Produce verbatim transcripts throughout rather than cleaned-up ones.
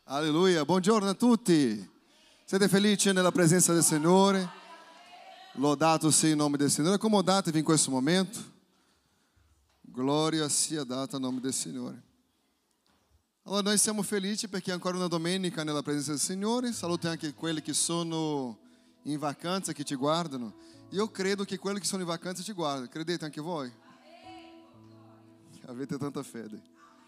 Alleluia, buongiorno a tutti. Siete felici nella presenza del Signore? Lodato sia il nome del Signore. Accomodatevi in questo momento. Glória sia data al nome del Signore. Allora, noi siamo felici perché è ancora una domenica nella presenza del Signore. Saluto anche quelli che sono in vacanza, che ti guardano. Io credo che quelli che sono in vacanza ti guardano. Credete anche voi? Avete tanta fede.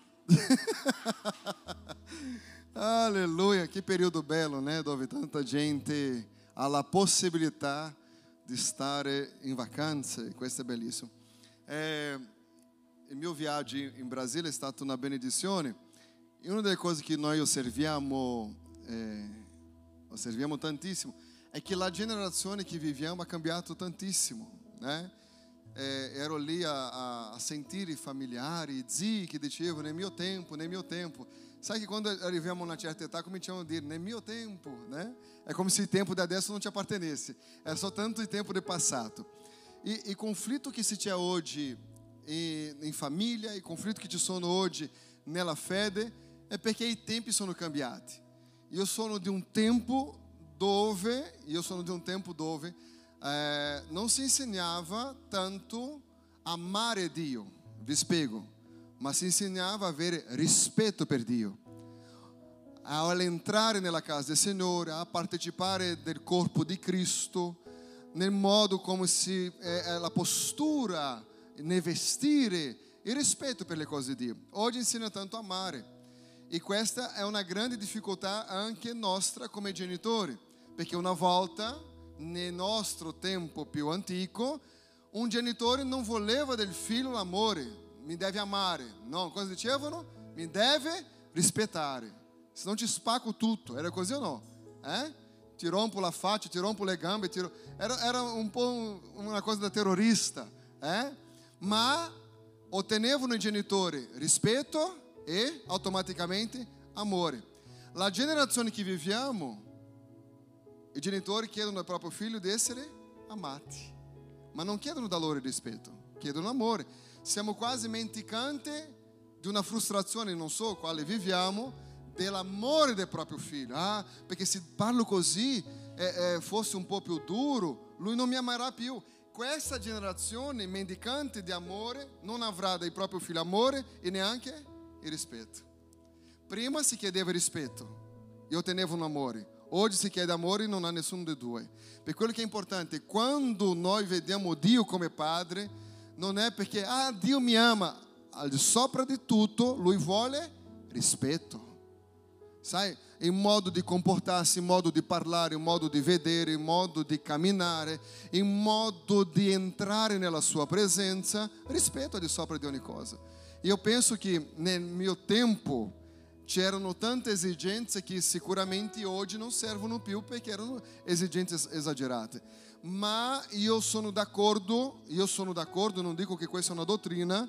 Alleluia, che periodo bello, né? Dove tanta gente ha la possibilità di stare in vacanza. Questo è bellissimo. Eh, il mio viaggio in Brasile è stata una benedizione. E una delle cose che noi osserviamo, eh, osserviamo tantissimo, è che la generazione che viviamo ha cambiato tantissimo, né? Eh, ero lì a, a, a sentire i familiari, zii che dicevano nel mio tempo, nel mio tempo. Sai che quando arriviamo a una certa età cominciamo a dire nel mio tempo, né? È come se il tempo da adesso non ti appartenesse, è soltanto il tempo del passato. E il conflitto che si c'è oggi in, in famiglia, il conflitto che ci sono oggi nella fede, è perché i tempi sono cambiati. Io sono di un tempo dove, io sono di un tempo dove eh, non si insegnava tanto a amare Dio, vi spiego, ma si insegnava a avere rispetto per Dio. All'entrare nella casa del Signore, a partecipare del corpo di Cristo, nel modo come si è la postura, nel vestire, il rispetto per le cose di Dio. Oggi insegna tanto a amare. E questa è una grande difficoltà anche nostra come genitori, perché una volta, nel nostro tempo più antico, un genitore non voleva del figlio l'amore, mi deve amare. No, cosa dicevano? Mi deve rispettare, senão ti spacco tutto. Era così o no? Eh? Ti rompo la faccia, ti rompo le gambe, ti... era, era un po' una cosa da terrorista. Eh? Ma ottenevano i genitori rispetto e automaticamente amore. La generazione che viviamo, i genitori chiedono al proprio figlio di essere amati, ma non chiedono da loro il rispetto, chiedono amore. Siamo quasi dimenticanti di una frustrazione, non so quale viviamo, dell'amore del proprio figlio. Ah, perché se parlo così, eh, eh, fosse un po' più duro, lui non mi amerà più. Questa generazione mendicante di amore non avrà dai proprio figlio amore e neanche il rispetto. Prima si chiedeva rispetto e ottenevano amore. Oggi si chiede amore e non ha nessuno dei due. Per quello che è importante, quando noi vediamo Dio come Padre, non è perché ah, Dio mi ama. Al di sopra di tutto, Lui vuole rispetto. Sai, il modo di comportarsi, il modo di parlare, il modo di vedere, il modo di camminare, il modo di entrare nella sua presenza, rispetto al di sopra di ogni cosa. Io penso che nel mio tempo c'erano tante esigenze che sicuramente oggi non servono più perché erano esigenze esagerate. Ma io sono d'accordo, io sono d'accordo, non dico che questa è una dottrina,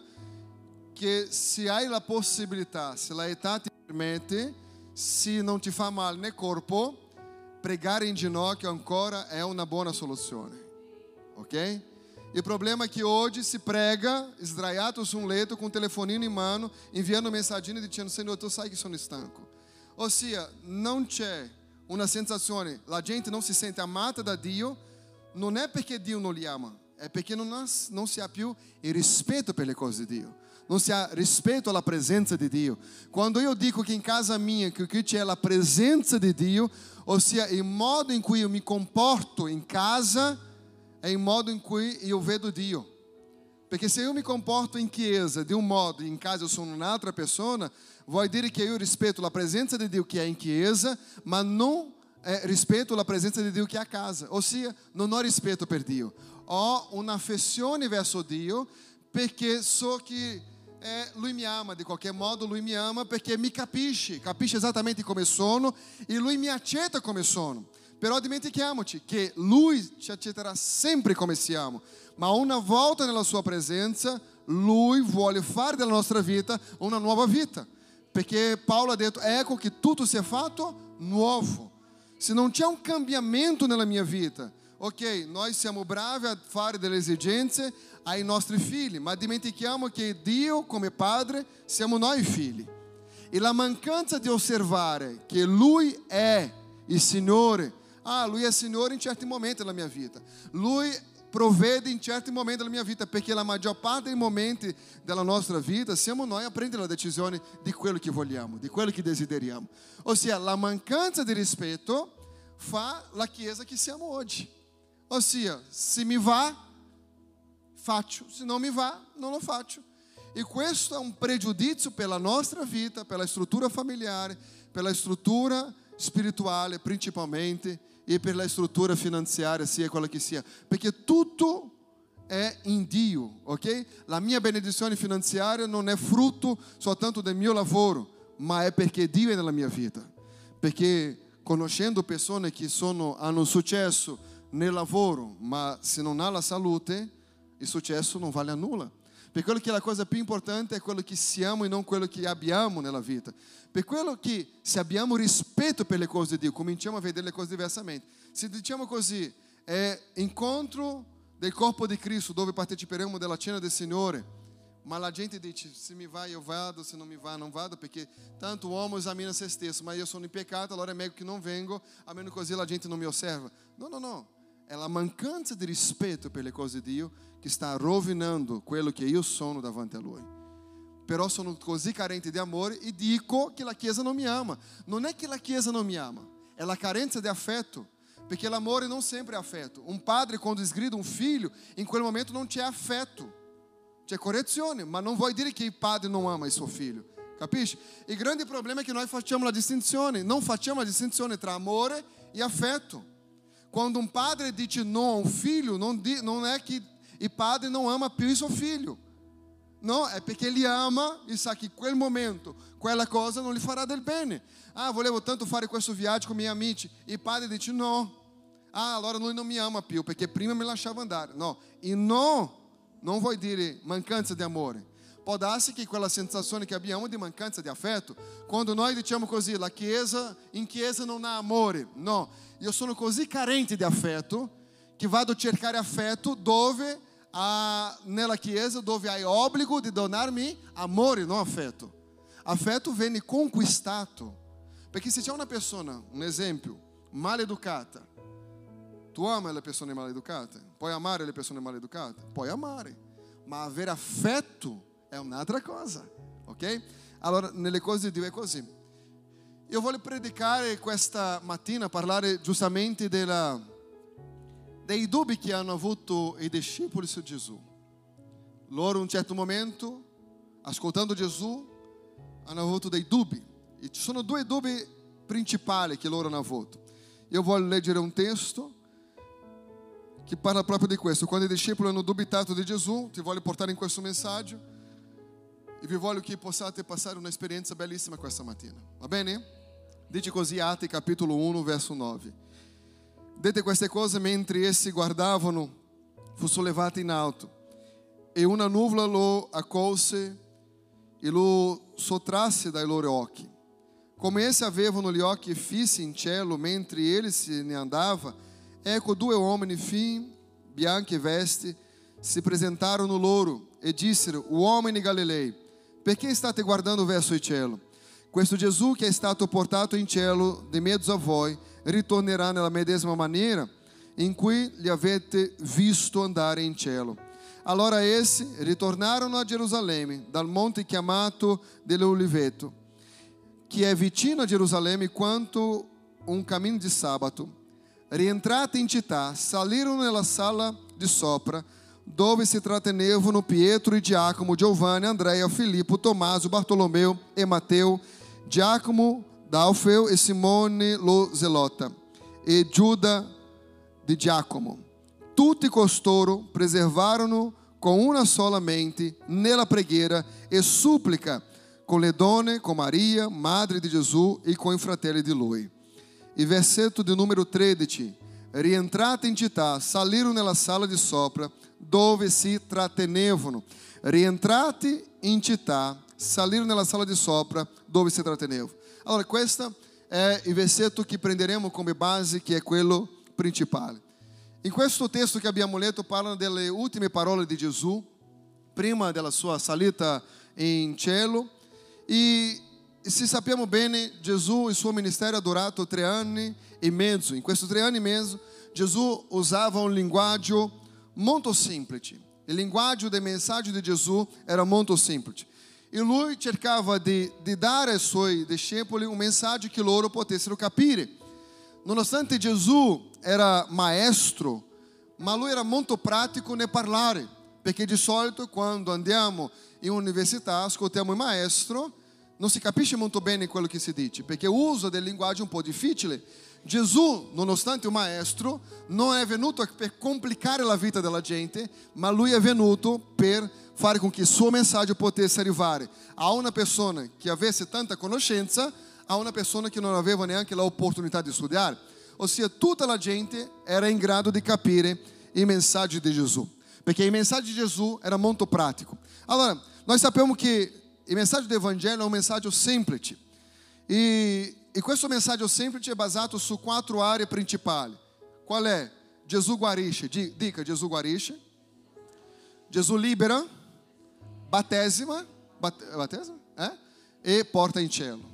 che se hai la possibilità, se la età ti permette, se non ti fa male nel corpo, pregare in ginocchio ancora è una buona soluzione. Ok? Il problema è che oggi si prega sdraiato su un letto com um telefonino in mano, inviando mensagine dicendo Signore, tu sai che sono stanco. Ossia, non c'è una sensazione, la gente non si sente amata da Dio, non è perché Dio non li ama, è perché non, ha, non si ha più il rispetto per le cose di Dio, non si ha rispetto alla presenza di Dio. Quando io dico che in casa mia che qui c'è la presenza di Dio, ossia il modo in cui io mi comporto in casa, è il modo in cui io vedo Dio. Perché se io mi comporto in chiesa di un modo e in casa io sono un'altra persona, vuol dire che io rispetto la presenza di Dio che è in chiesa, ma non eh, rispetto la presenza di Dio che è a casa. Ossia, non ho rispetto per Dio. Ho un'affezione verso Dio perché so che eh, Lui mi ama, di qualche modo Lui mi ama perché mi capisce, capisce esattamente come sono e Lui mi accetta come sono. Però dimentichiamoci che Lui ci accetterà sempre come siamo, ma una volta nella sua presenza, Lui vuole fare della nostra vita una nuova vita. Perché Paolo ha detto, ecco che tutto si è fatto nuovo. Se non c'è un cambiamento nella mia vita, ok, noi siamo bravi a fare delle esigenze ai nostri figli, ma dimentichiamo che Dio come Padre siamo noi figli. E la mancanza di osservare che Lui è il Signore. Ah, Lui è Signore in certi momenti della mia vita. Lui provvede in certi momenti della mia vita, perché la maggior parte dei momenti della nostra vita siamo noi a prendere la decisione di quello che vogliamo, di quello che desideriamo. Ossia, la mancanza di rispetto fa la Chiesa che siamo oggi. Ossia, se mi va, faccio, se non mi va, non lo faccio. E questo è un pregiudizio per la nostra vita, per la struttura familiare, per la struttura spirituale principalmente, e per la struttura finanziaria, sia quella che sia, perché tutto è in Dio, ok? La mia benedizione finanziaria non è frutto soltanto del mio lavoro, ma è perché Dio è nella mia vita. Perché conoscendo persone che sono, hanno successo nel lavoro, ma se non ha la salute, il successo non vale a nulla. Per quello che la cosa più importante è quello che siamo e non quello che abbiamo nella vita. Per quello che, se abbiamo rispetto per le cose di Dio, cominciamo a vedere le cose diversamente. Se diciamo così, è incontro del corpo di Cristo, dove parteciperemo della cena del Signore, ma la gente dice, se mi va io vado, se non mi va non vado, perché tanto uomo esamina se stesso, ma io sono in peccato, allora è meglio che non vengo, almeno così la gente non mi osserva. No, no, no. È la mancanza di rispetto per le cose di Dio che sta rovinando quello che io sono davanti a Lui. Però sono così carente di amore e dico che la Chiesa non mi ama. Non è che la Chiesa non mi ama, è la carenza di affetto. Perché l'amore non sempre è affetto. Un padre, quando sgrida un figlio, in quel momento non c'è affetto. C'è correzione, ma non vuol dire che il padre non ama il suo figlio. Capisci? Il grande problema è che noi facciamo la distinzione, non facciamo la distinzione tra amore e affetto. Quando un padre dice no a un figlio, non, di, non è che il padre non ama più il suo figlio. No, è perché ele ama e sa che in quel momento quella cosa non gli farà del bene. Ah, volevo tanto fare questo viaggio con i miei amici. E il padre dice no. Ah, allora lui non mi ama più perché prima mi lasciava andare. No, e no non vuol dire mancanza di amore. Può darsi che quella sensazione che abbiamo di mancanza di affetto, quando noi diciamo così, la chiesa, in chiesa non ha amore. No, io sono così carente di affetto che vado a cercare affetto dove a, nella chiesa dove hai obbligo di donarmi amore, non affetto. Affetto viene conquistato. Perché se c'è una persona, un esempio, maleducata, tu ama le persone maleducate? Puoi amare le persone maleducate? Puoi amare, ma avere affetto è un'altra cosa, ok? Allora, nelle cose di Dio è così. Io voglio predicare questa mattina, parlare giustamente della, dei dubbi che hanno avuto i discepoli su Gesù. Loro, in un certo momento, ascoltando Gesù, hanno avuto dei dubbi. E ci sono due dubbi principali che loro hanno avuto. Io voglio leggere un testo che parla proprio di questo. Quando i discepoli hanno dubitato di Gesù, ti voglio portare in questo messaggio e vi voglio che possiate passare un'esperienza bellissima questa mattina. Va bene? Dice così Atti capitolo uno verso nove. Dette queste cose mentre essi guardavano, fu sollevato in alto e una nuvola lo accolse e lo sottrasse dai loro occhi. Come essi avevano gli occhi fissi in cielo mentre ele se ne andava, ecco due uomini fin bianchi vesti si presentarono loro e dissero: uomini Galilei, perché state guardando verso il cielo? Questo Gesù che è stato portato in cielo di mezzo a voi ritornerà nella medesima maniera in cui li avete visto andare in cielo. Allora essi ritornarono a Gerusalemme dal monte chiamato dell'Oliveto, che è vicino a Gerusalemme quanto un cammino di sabato. Rientrati in città, salirono nella sala di sopra, dove si trattenevano Pietro e Giacomo, Giovanni, Andrea, Filippo, Tommaso, Bartolomeu e Matteo, Giacomo d'Alfeo e Simone lo Zelota, e Giuda di Giacomo. Tutti costoro preservarono con una sola mente nella preghiera e supplica con le donne, con Maria, madre di Gesù, e con i fratelli di lui. Il versetto di numero tredici. Rientrati in città, salirono nella sala di sopra, dove si trattenevano. Rientrati in città, salirono nella sala di sopra, dove si trattenevano. Allora, questo è il versetto che prenderemo come base, che è quello principale. In questo testo che abbiamo letto parlano delle ultime parole di Gesù, prima della sua salita in cielo, e E se sappiamo bene, Gesù, il suo ministero ha durato tre anni e mezzo. In questi tre anni e mezzo, Gesù usava un linguaggio molto semplice. Il linguaggio dei messaggi di Gesù era molto semplice. E lui cercava di, di dare ai suoi discepoli un messaggio che loro potessero capire. Nonostante Gesù era maestro, ma lui era molto pratico nel parlare, perché di solito quando andiamo in università ascoltiamo il maestro, non si capisce molto bene quello che si dice, perché usa del linguaggio un po' difficile. Gesù, nonostante il maestro, non è venuto per complicare la vita della gente, ma lui è venuto per fare con che il suo messaggio potesse arrivare a una persona che avesse tanta conoscenza, a una persona che non aveva neanche l'opportunità di studiare. Ossia, tutta la gente era in grado di capire i messaggi di Gesù, perché il messaggio di Gesù era molto pratico. Allora, noi sappiamo che il messaggio do Evangelho è un messaggio semplice. E, e questo messaggio semplice è basato su quattro aree principali. Qual è? Gesù guarisce. Dica, Gesù guarisce. Gesù libera. Battesima. Battesima? Eh? E porta in cielo.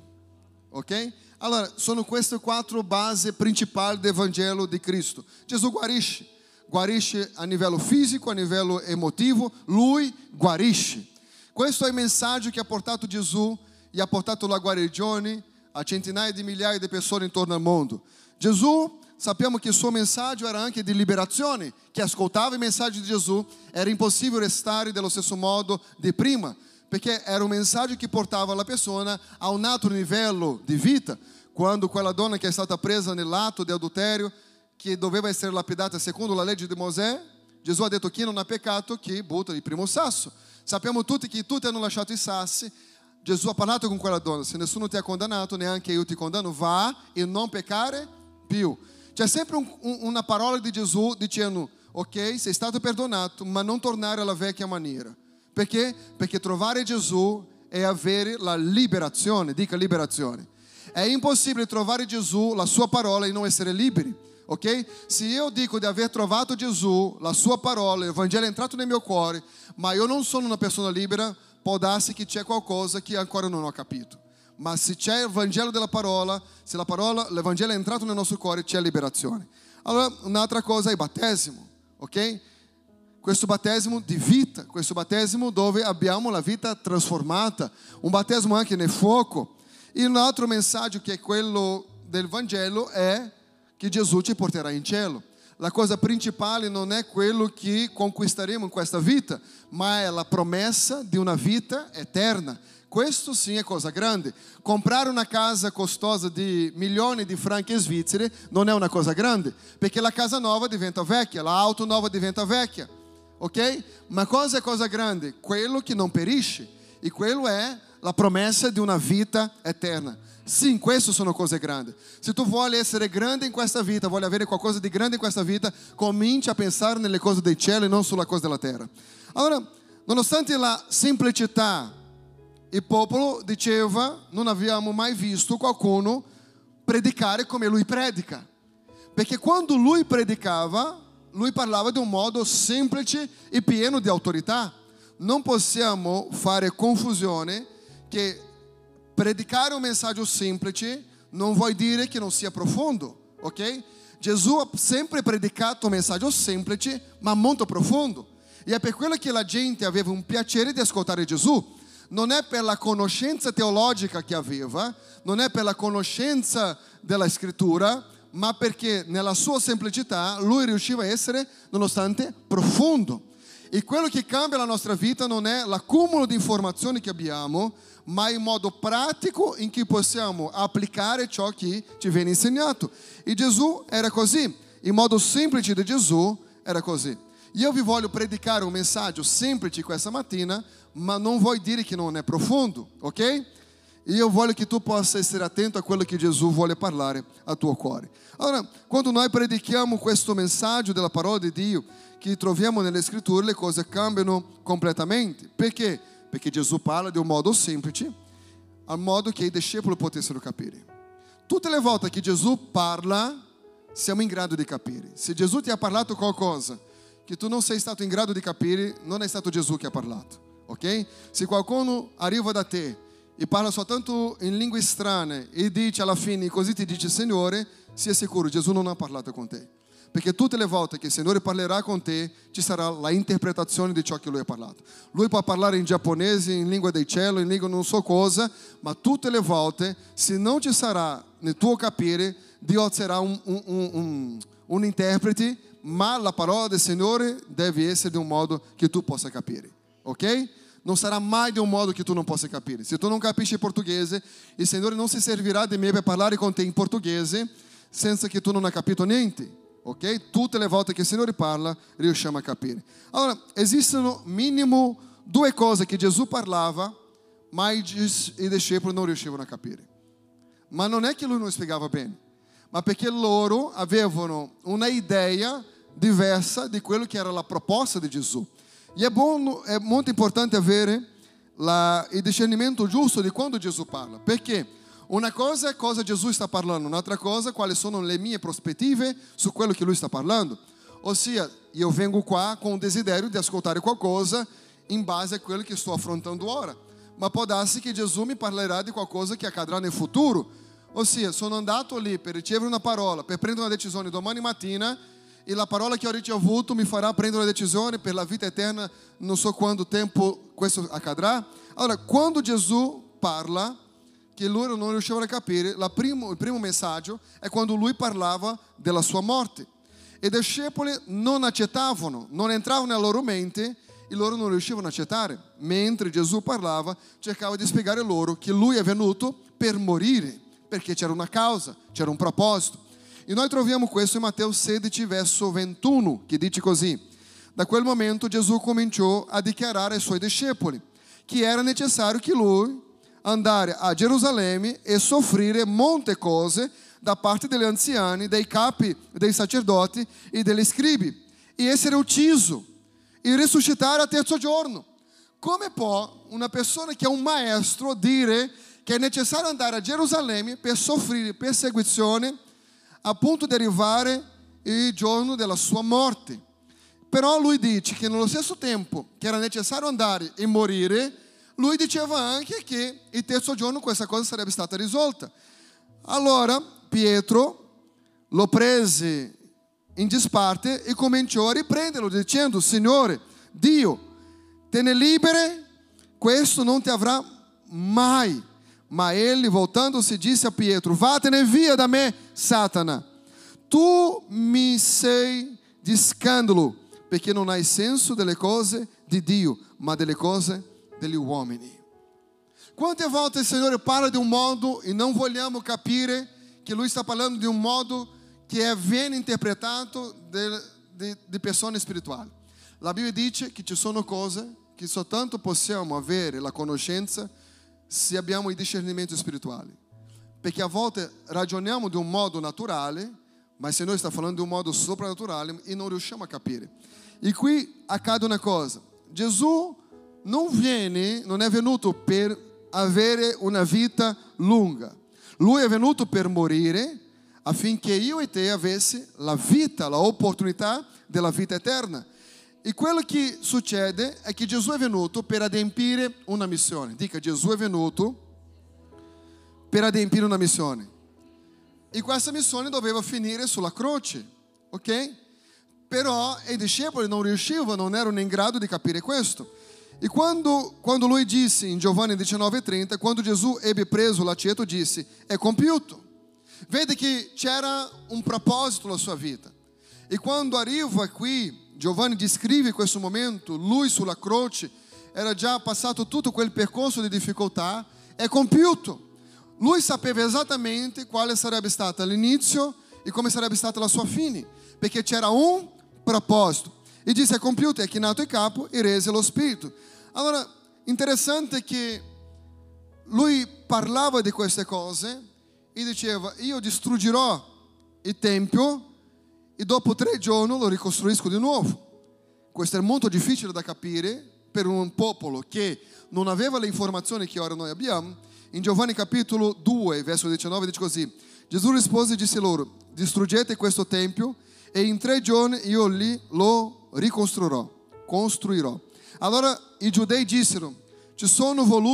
Ok? Allora, sono queste quattro basi principali do Evangelho di Cristo. Gesù guarisce. Guarisce a livello fisico, a livello emotivo. Lui guarisce. Questo è il messaggio che ha portato Gesù e ha portato la guarigione a centinaia di migliaia di persone intorno al mondo. Gesù, sappiamo che il suo messaggio era anche di liberazione. Chi ascoltava i messaggi di Gesù era impossibile restare dello stesso modo di prima, perché era un messaggio che portava la persona a un altro livello di vita. Quando quella donna che è stata presa nell'atto di adulterio, che doveva essere lapidata secondo la legge di Mosè, Gesù ha detto: chi non ha peccato, che butta il primo sasso. Sappiamo tutti che tutti hanno lasciato i sassi. Gesù ha parlato con quella donna: se nessuno ti ha condannato, neanche io ti condanno, va e non peccare più. C'è sempre un, un, una parola di Gesù dicendo: ok, sei stato perdonato, ma non tornare alla vecchia maniera. Perché? Perché trovare Gesù è avere la liberazione. Dica liberazione. È impossibile trovare Gesù, la sua parola, e non essere liberi. Ok? Se io dico di aver trovato Gesù, la sua parola, il Vangelo è entrato nel mio cuore, ma io non sono una persona libera, può darsi che c'è qualcosa che ancora non ho capito. Ma se c'è il Vangelo della parola, se la parola, l'Evangelo è entrato nel nostro cuore, c'è liberazione. Allora, un'altra cosa è il battesimo, ok? Questo battesimo di vita, questo battesimo dove abbiamo la vita trasformata, un battesimo anche nel fuoco. E un altro messaggio che è quello del Vangelo è che Gesù ci porterà in cielo. La cosa principale non è quello che conquistaremo in questa vita, ma è la promessa di una vita eterna. Questo sim è cosa grande. Comprare una casa costosa di milioni di franchi svizzeri non è una cosa grande, perché la casa nuova diventa vecchia, l'auto nuova diventa vecchia, ok? Ma cosa è cosa grande? Quello che non perisce, e quello è la promessa di una vita eterna. Sim, queste sono cose grandi. Se tu vuoi essere grande in questa vita, vuoi avere qualcosa di grande in questa vita, cominci a pensare nelle cose del cielo e non sulla cosa della terra. Allora, nonostante la semplicità, il popolo diceva: non abbiamo mai visto qualcuno predicare come lui predica. Perché quando lui predicava, lui parlava di un modo semplice e pieno di autorità. Non possiamo fare confusione che predicare un messaggio semplice non vuol dire che non sia profondo, ok? Gesù ha sempre predicato un messaggio semplice ma molto profondo, e è per quello che la gente aveva un piacere di ascoltare Gesù. Non è per la conoscenza teologica che aveva, non è per la conoscenza della scrittura, ma perché nella sua semplicità lui riusciva a essere, nonostante, profondo. E quello che cambia la nostra vita non è l'accumulo di informazioni che abbiamo, ma il modo pratico in cui possiamo applicare ciò che ci viene insegnato. E Gesù era così, il modo semplice di Gesù era così. Io vi voglio predicare un messaggio semplice questa mattina, ma non vuol dire che non è profondo, ok? E io voglio che tu possa essere attento a quello che Gesù vuole parlare al tuo cuore. Allora, quando noi predichiamo questo messaggio della parola di Dio che troviamo nelle scritture, le cose cambiano completamente. Perché? Perché Gesù parla di un modo semplice, al modo che i discepoli potessero capire. Tutte le volte che Gesù parla, siamo in grado di capire. Se Gesù ti ha parlato qualcosa che tu non sei stato in grado di capire, non è stato Gesù che ha parlato, ok? Se qualcuno arriva da te e parla soltanto in lingue strane e dice alla fine, così ti dice il Signore, sia sicuro, Gesù non ha parlato con te. Perché tutte le volte che il Signore parlerà con te, ci sarà la interpretazione di ciò che Lui ha parlato. Lui può parlare in giapponese, in lingua dei cieli, in lingua non so cosa, ma tutte le volte, se non ci sarà nel tuo capire, Dio sarà un, un, un, un, un interprete, ma la parola del Signore deve essere di un modo che tu possa capire. Ok? Non sarà mai di un modo che tu non possa capire. Se tu non capisci il portoghese, il Signore non si servirà di me per parlare con te in portoghese senza che tu non hai capito niente. Ok? Tutte le volte che il Signore parla, riusciamo a capire. Allora, esistono minimo due cose che Gesù parlava, ma i, i discepoli non riuscivano a capire. Ma non è che Lui non spiegava bene, ma perché loro avevano una idea diversa di quello che era la proposta di Gesù. E è, buono, è molto importante avere la, il discernimento giusto di quando Gesù parla. Perché? Una cosa è cosa Gesù sta parlando, un'altra cosa quali sono le mie prospettive su quello che Lui sta parlando. Ossia, io vengo qua con il desiderio di ascoltare qualcosa in base a quello che sto affrontando ora. Ma può darsi che Gesù mi parlerà di qualcosa che accadrà nel futuro. Ossia, sono andato lì per ricevere una parola, per prendere una decisione domani mattina e la parola che ho ricevuto mi farà prendere una decisione per la vita eterna, non so quanto tempo questo accadrà. Allora, quando Gesù parla, che loro non riuscivano a capire, la primo, il primo messaggio è quando Lui parlava della sua morte. E i discepoli non accettavano, non entravano nella loro mente e loro non riuscivano a accettare. Mentre Gesù parlava, cercava di spiegare loro che Lui è venuto per morire, perché c'era una causa, c'era un proposito. E noi troviamo questo in Matteo sedici, verso ventuno, che dice così: da quel momento Gesù cominciò a dichiarare ai Suoi discepoli che era necessario che Lui andare a Gerusalemme e soffrire molte cose da parte degli anziani, dei capi, dei sacerdoti e degli scribi, e essere ucciso e risuscitare al terzo giorno. Come può una persona che è un maestro dire che è necessario andare a Gerusalemme per soffrire persecuzione a punto di arrivare il giorno della sua morte? Però lui dice che nello stesso tempo che era necessario andare e morire, Lui diceva anche che il terzo giorno questa cosa sarebbe stata risolta. Allora Pietro lo prese in disparte e cominciò a riprenderlo dicendo: Signore, Dio, te ne libere, questo non ti avrà mai. Ma egli, voltandosi, disse a Pietro: Vattene via da me, Satana. Tu mi sei di scandalo, perché non hai senso delle cose di Dio, ma delle cose degli uomini. Quante volte il Signore parla di un modo e non vogliamo capire che Lui sta parlando di un modo che viene interpretato di persone spirituali. La Bibbia dice che ci sono cose che soltanto possiamo avere la conoscenza se abbiamo il discernimento spirituale. Perché a volte ragioniamo di un modo naturale, ma il Signore sta parlando di un modo soprannaturale e non riusciamo a capire. E qui accade una cosa: Gesù non viene, non è venuto per avere una vita lunga. Lui è venuto per morire affinché io e te avessi la vita, l'opportunità della vita eterna. E quello che succede è che Gesù è venuto per adempiere una missione. Dica: Gesù è venuto per adempiere una missione. E questa missione doveva finire sulla croce, ok? Però i discepoli non riuscivano, non erano in grado di capire questo. E quando, quando lui disse in Giovanni diciannove trenta, quando Gesù ebbe preso l'aceto, disse: è compiuto. Vede che c'era un proposito nella sua vita. E quando arriva qui, Giovanni descrive questo momento, lui sulla croce, era già passato tutto quel percorso di difficoltà, è compiuto. Lui sapeva esattamente quale sarebbe stato l'inizio e come sarebbe stata la sua fine, perché c'era un proposito. E disse: è compiuto, è chinato il capo e rese lo spirito. Allora, interessante che lui parlava di queste cose e diceva: io distruggerò il tempio e dopo tre giorni lo ricostruisco di nuovo. Questo è molto difficile da capire per un popolo che non aveva le informazioni che ora noi abbiamo. In Giovanni capitolo due, verso diciannove, dice così: Gesù rispose e disse loro: distruggete questo tempio e in tre giorni io lì lo ricostruirò, costruirò. Allora i giudei dissero: ci sono voluti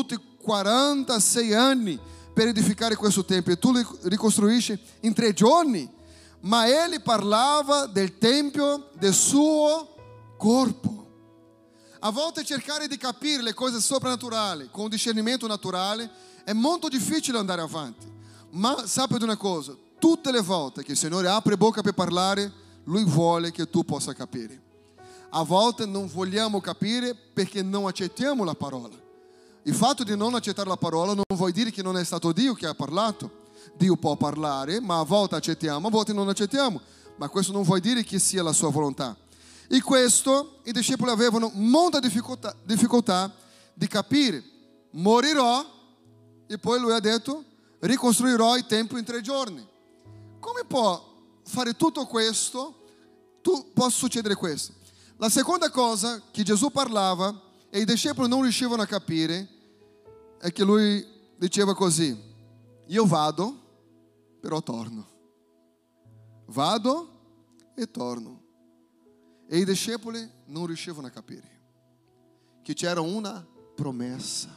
quarantasei anni per edificare questo tempio e tu li ricostruisci in tre giorni. Ma ele parlava del tempio del suo corpo. A volte cercare di capire le cose soprannaturali con discernimento naturale è molto difficile andare avanti. Ma sappi di una cosa, tutte le volte che il Signore apre bocca per parlare, Lui vuole che tu possa capire. A volte non vogliamo capire perché non accettiamo la parola. Il fatto di non accettare la parola non vuol dire che non è stato Dio che ha parlato. Dio può parlare, ma a volte accettiamo, a volte non accettiamo. Ma questo non vuol dire che sia la sua volontà. E questo i discepoli avevano molta difficoltà, difficoltà di capire. Morirò, e poi lui ha detto, ricostruirò il tempio in tre giorni. Come può fare tutto questo? Tu, può succedere questo. La seconda cosa che Gesù parlava e i discepoli non riuscivano a capire è che lui diceva così: io vado, però torno. Vado e torno. E i discepoli non riuscivano a capire che c'era una promessa.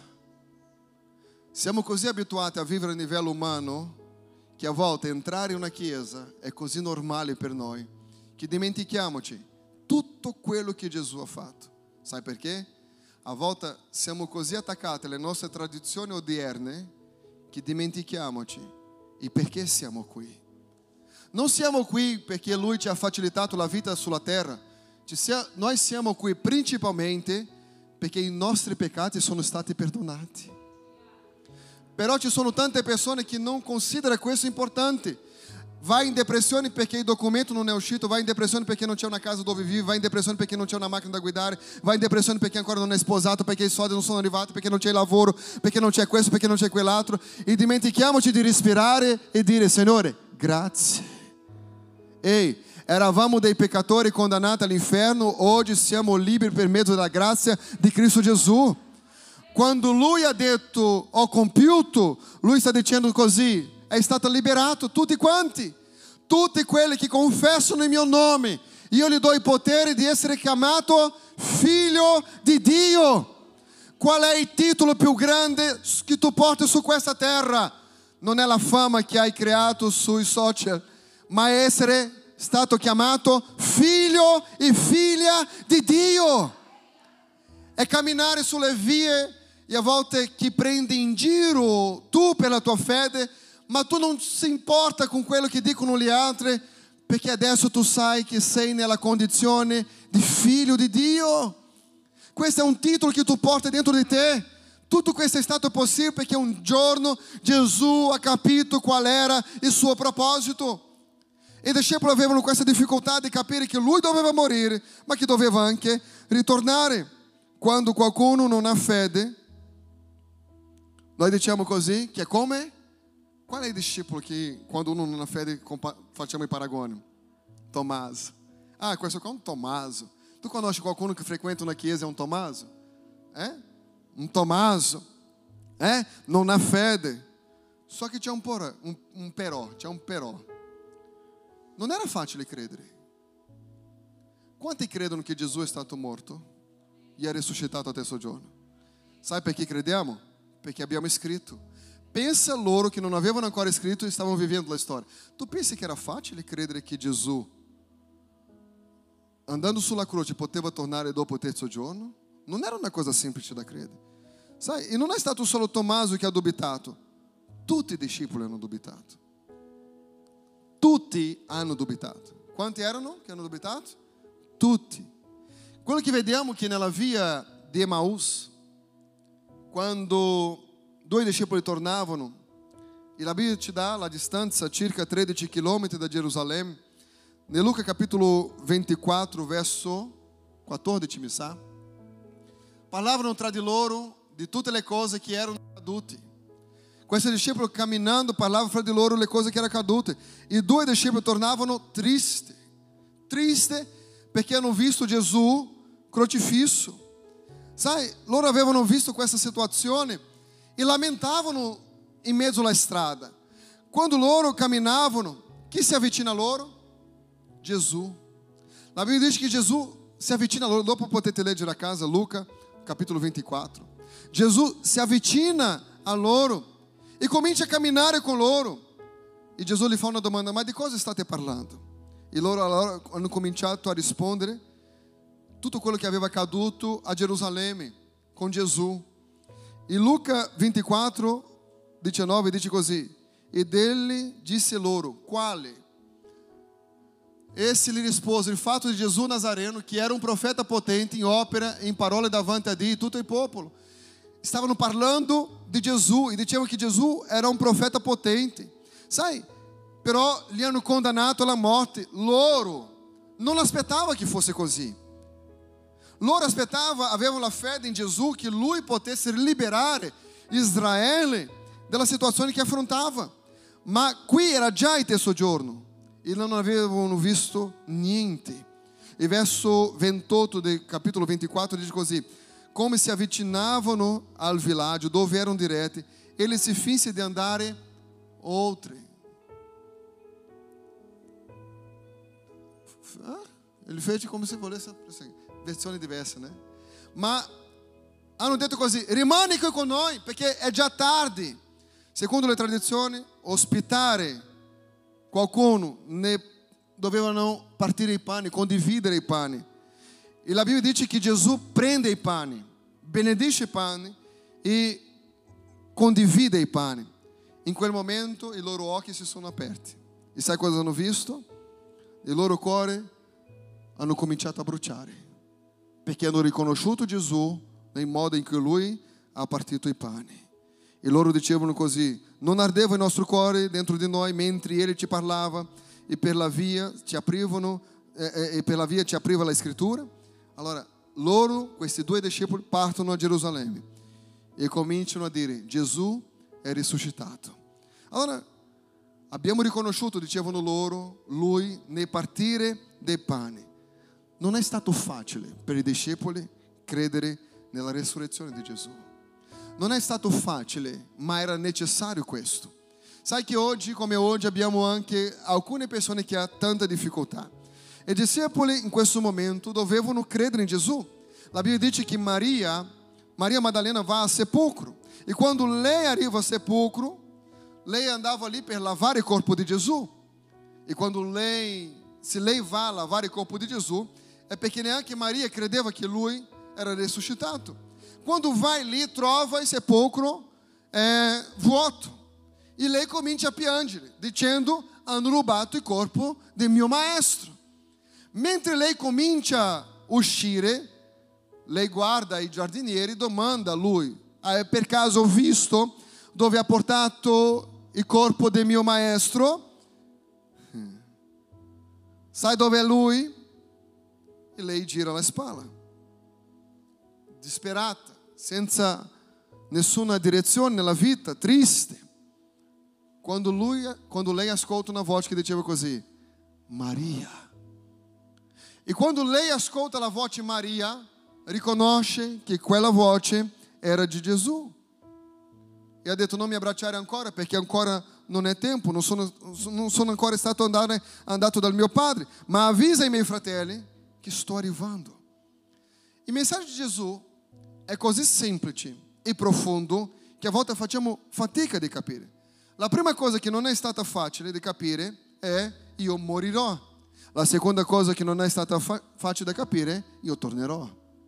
Siamo così abituati a vivere a livello umano che a volte entrare in una chiesa è così normale per noi che dimentichiamoci tutto quello che Gesù ha fatto. Sai perché? A volte siamo così attaccati alle nostre tradizioni odierne che dimentichiamoci il perché siamo qui. Non siamo qui perché Lui ci ha facilitato la vita sulla terra. Noi siamo qui principalmente perché i nostri peccati sono stati perdonati. Però ci sono tante persone che non considerano questo importante. Vai in depressione perché il documento non è uscito, vai in depressione perché non c'è una casa dove vive, vai in depressione perché non c'è una macchina da guidare, vai in depressione perché ancora non è sposato, perché i soldi non sono arrivati, perché non c'è lavoro, perché non c'è questo, perché non c'è quell'altro. E dimentichiamoci di respirare e dire: Signore, grazie. Ehi, eravamo dei peccatori condannati all'inferno, oggi siamo liberi per mezzo della grazia di Cristo Gesù. Quando Lui ha detto ho compiuto, Lui sta dicendo così: è stato liberato tutti quanti, tutti quelli che confessano il mio nome, io gli do il potere di essere chiamato figlio di Dio. Qual è il titolo più grande che tu porti su questa terra? Non è la fama che hai creato sui social, ma è essere stato chiamato figlio e figlia di Dio. È camminare sulle vie e a volte chi prende in giro tu per la tua fede, ma tu non si importa con quello che dicono gli altri, perché adesso tu sai che sei nella condizione di figlio di Dio. Questo è un titolo che tu porti dentro di te. Tutto questo è stato possibile perché un giorno Gesù ha capito qual era il suo proposito. E i discepoli avevano questa difficoltà di capire che Lui doveva morire, ma che doveva anche ritornare. Quando qualcuno non ha fede, noi diciamo così, che è come? Qual è il discepolo che quando uno non ha fede facciamo il paragone? Tommaso. Ah, questo qua è un Tommaso. Tu conosci qualcuno che frequenta una chiesa e è un Tommaso? Eh? Un Tommaso. Eh? Non ha fede. Só che c'è un, porra, un, un però, c'è un però. Non era facile credere. Quanti credono che Gesù è stato morto e è risuscitato a terzo giorno? Sai perché crediamo? Perché abbiamo scritto. Pensa loro che non avevano ancora scritto e stavano vivendo la storia. Tu pensi che era facile credere che Gesù, andando sulla croce, poteva tornare dopo il terzo giorno? Non era una cosa semplice da credere. Sai, e non è stato solo Tommaso che ha dubitato. Tutti i discepoli hanno dubitato. Tutti hanno dubitato. Quanti erano che hanno dubitato? Tutti. Quello che vediamo che nella via di Emaús, quando due discepoli tornavano, e la Bibbia ci dà la distanza circa tredici chilometri da Gerusalemme, nel Luca capitolo ventiquattro, verso quattordici, mi sa, parlavano tra di loro di tutte le cose che erano accadute. Questi discepoli camminando parlavano fra di loro le cose che erano accadute. E due discepoli tornavano tristi, tristi perché hanno visto Gesù crocifisso. Sai, loro avevano visto questa situazione e lamentavano in mezzo alla strada. Quando loro camminavano, chi si avvicina a loro? Gesù. La Bibbia dice che Gesù si avvicina a loro. Dopo potete leggere a casa Luca capitolo ventiquattro. Gesù si avvicina a loro e comincia a camminare con loro. E Gesù gli fa una domanda: ma di cosa state parlando? E loro allora hanno cominciato a rispondere tutto quello che aveva accaduto a Gerusalemme con Gesù. E Luca ventiquattro, diciannove dice così: ed egli disse loro: quale? Esse lhe rispose: il fatto di Gesù Nazareno, que era um profeta potente em opera e em parole davanti a Dio e tutto il popolo. Stavano parlando di Gesù e dicevano che Gesù era un profeta potente. Sai, però li hanno condannato alla morte. Loro non aspettavano che fosse così. Loro aspettavano, avevano la fede in Gesù che Lui potesse liberare Israele dalla situazione che affrontava. Ma qui era già il terzo giorno e non avevano visto niente. Il verso ventotto del capitolo ventiquattro dice così: come si avvicinavano al villaggio dove erano diretti, ele si finse di andare oltre. Ah, ele fece come se volesse, assim, versioni diverse, né? Ma hanno detto così: rimani qui con noi perché è già tardi. Secondo le tradizioni, ospitare qualcuno ne dovevano partire i pani, condividere i pani. E la Bibbia dice che Gesù prende i pani, benedice i pani e condivide i pani. In quel momento i loro occhi si sono aperti. E sai cosa hanno visto? Il loro cuore hanno cominciato a bruciare, perché hanno riconosciuto Gesù nel modo in cui Lui ha partito i pani. E loro dicevano così: non ardeva il nostro cuore dentro di noi mentre Ele ci parlava e per la via ci aprivano eh, e per la via ci apriva la scrittura? Allora loro, questi due discepoli, partono a Gerusalemme e cominciano a dire: Gesù è risuscitato. Allora abbiamo riconosciuto, dicevano loro, Lui nel partire dei pani. Non è stato facile per i discepoli credere nella resurrezione di Gesù. Non è stato facile, ma era necessario questo. Sai che oggi, come oggi, abbiamo anche alcune persone che hanno tanta difficoltà. I discepoli in questo momento dovevano credere in Gesù. La Bibbia dice che Maria, Maria Maddalena va al sepolcro. E quando lei arriva al sepolcro, lei andava lì per lavare il corpo di Gesù. E quando lei, se lei va a lavare il corpo di Gesù, è perché neanche Maria credeva che Lui era risuscitato. Quando vai lì, trova il sepolcro é, vuoto. E lei comincia a piangere, dicendo: hanno rubato il corpo del mio maestro. Mentre lei comincia a uscire, lei guarda i giardinieri e domanda a lui: hai per caso visto dove ha portato il corpo del mio maestro? Sai dove è lui? E lei gira la spalla, disperata, senza nessuna direzione nella vita, triste. Quando, lui, quando lei ascolta una voce che diceva così: Maria. E quando lei ascolta la voce Maria, riconosce che quella voce era di Gesù. E ha detto: non mi abbracciare ancora perché ancora non è tempo, non sono, non sono ancora stato andare, andato dal mio padre, ma avvisa i miei fratelli che sto arrivando. Il messaggio di Gesù è così semplice e profondo che a volte facciamo fatica di capire. La prima cosa che non è stata facile di capire è: io morirò. La seconda cosa che non è stata fa- facile da capire: io tornerò.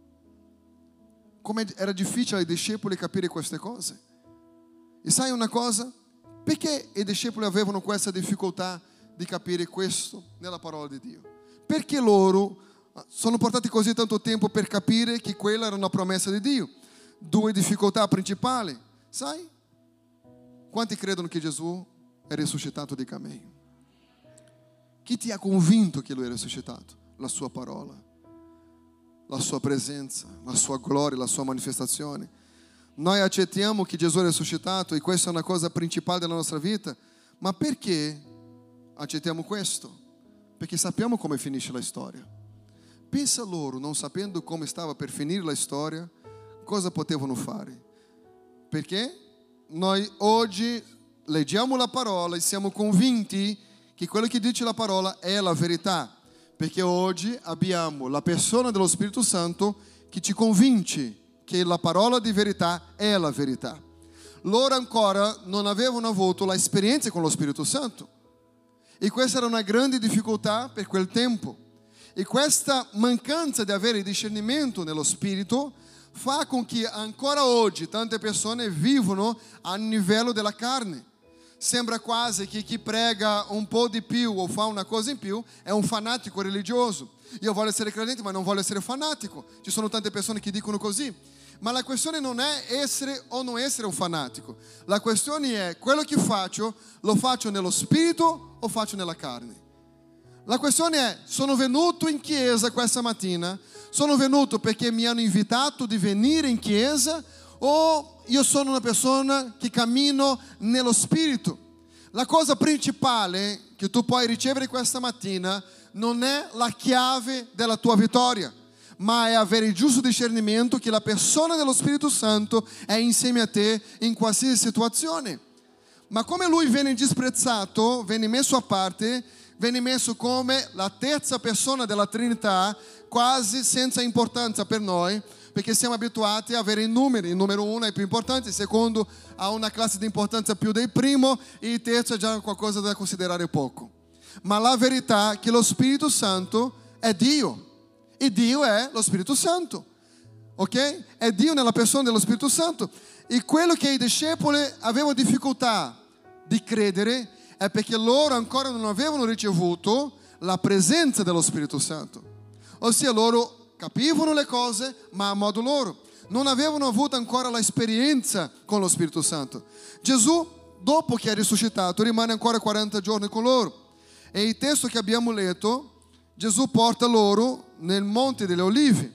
Come era difficile ai discepoli capire queste cose. E sai una cosa? Perché i discepoli avevano questa difficoltà di capire questo nella parola di Dio? Perché loro sono portati così tanto tempo per capire che quella era una promessa di Dio? Due difficoltà principali. Sai? Quanti credono che Gesù è risuscitato? Dica amém. Chi ti ha convinto che Lui è risuscitato? La sua parola, la sua presenza, la sua gloria, la sua manifestazione. Noi accettiamo che Gesù è risuscitato e questa è una cosa principale della nostra vita, ma perché accettiamo questo? Perché sappiamo come finisce la storia. Pensa loro, non sapendo come stava per finire la storia, cosa potevano fare? Perché noi oggi leggiamo la parola e siamo convinti che quello che dice la parola è la verità, perché oggi abbiamo la persona dello Spirito Santo che ci convince che la parola di verità è la verità. Loro ancora non avevano avuto l'esperienza con lo Spirito Santo. E questa era una grande difficoltà per quel tempo. E questa mancanza di avere discernimento nello Spirito fa con che ancora oggi tante persone vivono a livello della carne. Sembra quasi che chi prega un po' di più o fa una cosa in più è un fanatico religioso. Io voglio essere credente ma non voglio essere fanatico. Ci sono tante persone che dicono così. Ma la questione non è essere o non essere un fanatico. La questione è quello che faccio, lo faccio nello spirito o faccio nella carne. La questione è, sono venuto in chiesa questa mattina, sono venuto perché mi hanno invitato di venire in chiesa o io sono una persona che cammino nello spirito? La cosa principale che tu puoi ricevere questa mattina non è la chiave della tua vittoria, ma è avere il giusto discernimento che la persona dello Spirito Santo è insieme a te in qualsiasi situazione. Ma come lui viene disprezzato, viene messo a parte, viene messo come la terza persona della Trinità, quasi senza importanza per noi, perché siamo abituati a avere i numeri. Il numero uno è più importante, il secondo ha una classe di importanza più del primo e il terzo è già qualcosa da considerare poco. Ma la verità è che lo Spirito Santo è Dio e Dio è lo Spirito Santo, ok? È Dio nella persona dello Spirito Santo. E quello che i discepoli avevano difficoltà di credere è perché loro ancora non avevano ricevuto la presenza dello Spirito Santo. Ossia loro capivano le cose ma a modo loro. Non avevano avuto ancora l'esperienza con lo Spirito Santo. Gesù, dopo che è risuscitato, rimane ancora quaranta giorni con loro. E il testo che abbiamo letto, Gesù porta loro nel Monte delle Olive.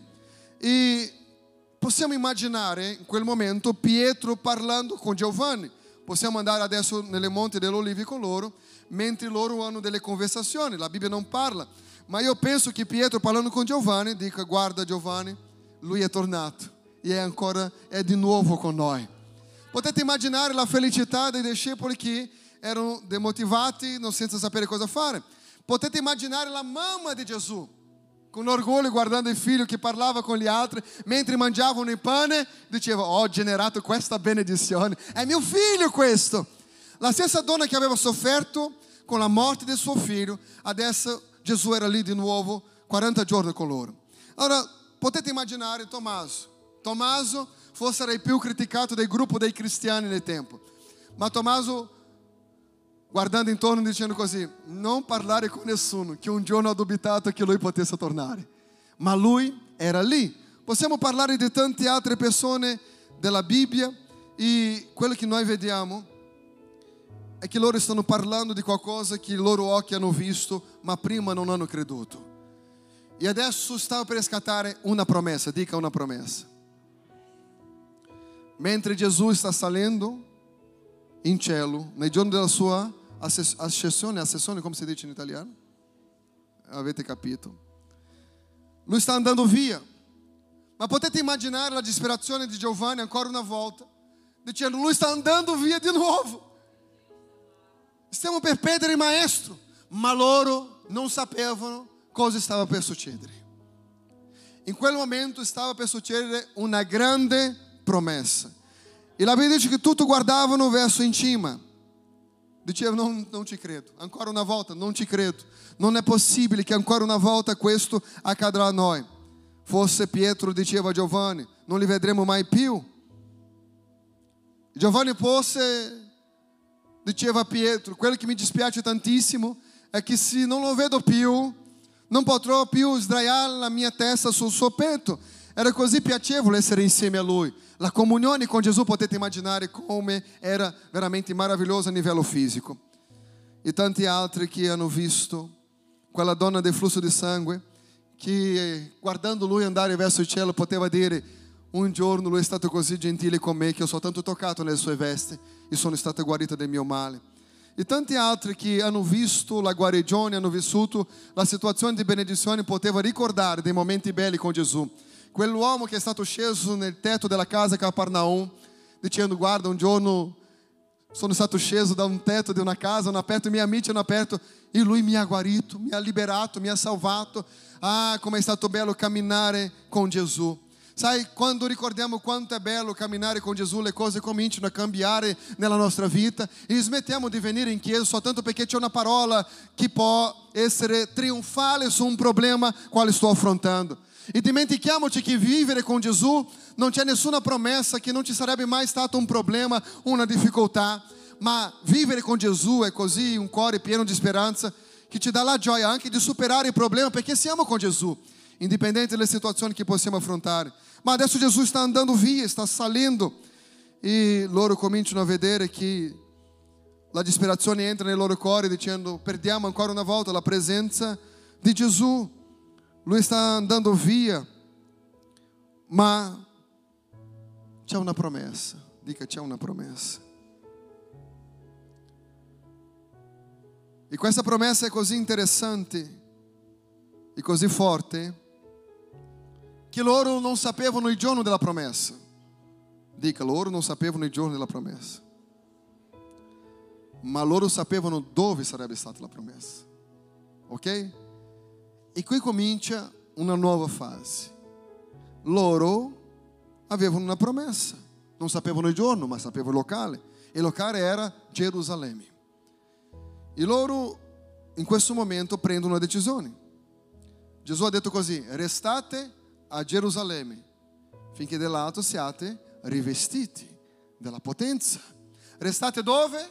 E possiamo immaginare in quel momento Pietro parlando con Giovanni. Possiamo andare adesso nelle Monte delle Olive con loro, mentre loro hanno delle conversazioni. La Bibbia non parla, ma io penso che Pietro parlando con Giovanni dica: guarda Giovanni, lui è tornato e è ancora è di nuovo con noi. Potete immaginare la felicità dei discepoli che erano demotivati, non senza sapere cosa fare. Potete immaginare la mamma di Gesù con orgoglio guardando il figlio che parlava con gli altri mentre mangiavano il pane, diceva: ho generato questa benedizione, è mio figlio questo. La stessa donna che aveva sofferto con la morte del suo figlio, adesso Gesù era lì di nuovo quaranta giorni con loro. Allora potete immaginare Tommaso. Tommaso forse era il più criticato del gruppo dei cristiani nel tempo, ma Tommaso, guardando intorno dicendo così: non parlare con nessuno, che un giorno ho dubitato che lui potesse tornare. Ma lui era lì. Possiamo parlare di tante altre persone della Bibbia e quello che noi vediamo è che loro stanno parlando di qualcosa che i loro occhi hanno visto, ma prima non hanno creduto. E adesso stava per scattare una promessa, dica una promessa. Mentre Gesù sta salendo in cielo, nel giorno della sua ascensione, ascensione come si dice in italiano? Avete capito? Lui sta andando via. Ma potete immaginare la disperazione di Giovanni ancora una volta, dicendo: lui sta andando via di nuovo. Stiamo per perdere il maestro. Ma loro non sapevano cosa stava per succedere. In quel momento stava per succedere una grande promessa. E la Bibbia dice che tutti guardavano verso in cima. Dicevano: non, non ci credo, ancora una volta non ci credo. Non è possibile che ancora una volta questo accadrà a noi. Forse Pietro diceva a Giovanni: non li vedremo mai più. Giovanni forse diceva a Pietro: quello che mi dispiace tantissimo è che se non lo vedo più, non potrò più sdraiare la mia testa sul suo petto. Era così piacevole essere insieme a lui. La comunione con Gesù, potete immaginare come era veramente meravigliosa a livello fisico. E tanti altri che hanno visto quella donna del flusso di sangue, che guardando lui andare verso il cielo poteva dire: un giorno lui è stato così gentile con me che ho soltanto toccato nelle sue vesti e sono stata guarita del mio male. E tanti altri che hanno visto la guarigione, hanno vissuto la situazione di benedizione, poteva ricordare dei momenti belli con Gesù. Quell'uomo che è stato sceso nel tetto della casa a Capernaum, dicendo: guarda, un giorno sono stato sceso da un tetto di una casa, hanno aperto i miei amici, hanno aperto, e lui mi ha guarito, mi ha liberato, mi ha salvato. Ah, come è stato bello camminare con Gesù. Sai, quando ricordiamo quanto è bello camminare con Gesù, le cose cominciano a cambiare nella nostra vita e smettiamo di venire in chiesa soltanto perché c'è una parola che può essere trionfale su un problema quale sto affrontando. E dimentichiamoci che vivere con Gesù non c'è nessuna promessa che non ci sarebbe mai stato un problema, una difficoltà, ma vivere con Gesù è così un cuore pieno di speranza che ci dà la gioia anche di superare il problema perché siamo con Gesù, indipendente dalle situazioni che possiamo affrontare. Ma adesso Gesù sta andando via, sta salendo e loro cominciano a vedere che la disperazione entra nei loro cuori dicendo: perdiamo ancora una volta la presenza di Gesù. Lui sta andando via, ma c'è una promessa. Dica, c'è una promessa. E questa promessa è così interessante e così forte che loro non sapevano il giorno della promessa. Dica, loro non sapevano il giorno della promessa, ma loro sapevano dove sarebbe stata la promessa. Ok? E qui comincia una nuova fase. Loro avevano una promessa, non sapevano il giorno, ma sapevano il locale. E il locale era Gerusalemme. E loro in questo momento prendono una decisione. Gesù ha detto così: restate a Gerusalemme finché dall'alto siate rivestiti della potenza. Restate dove?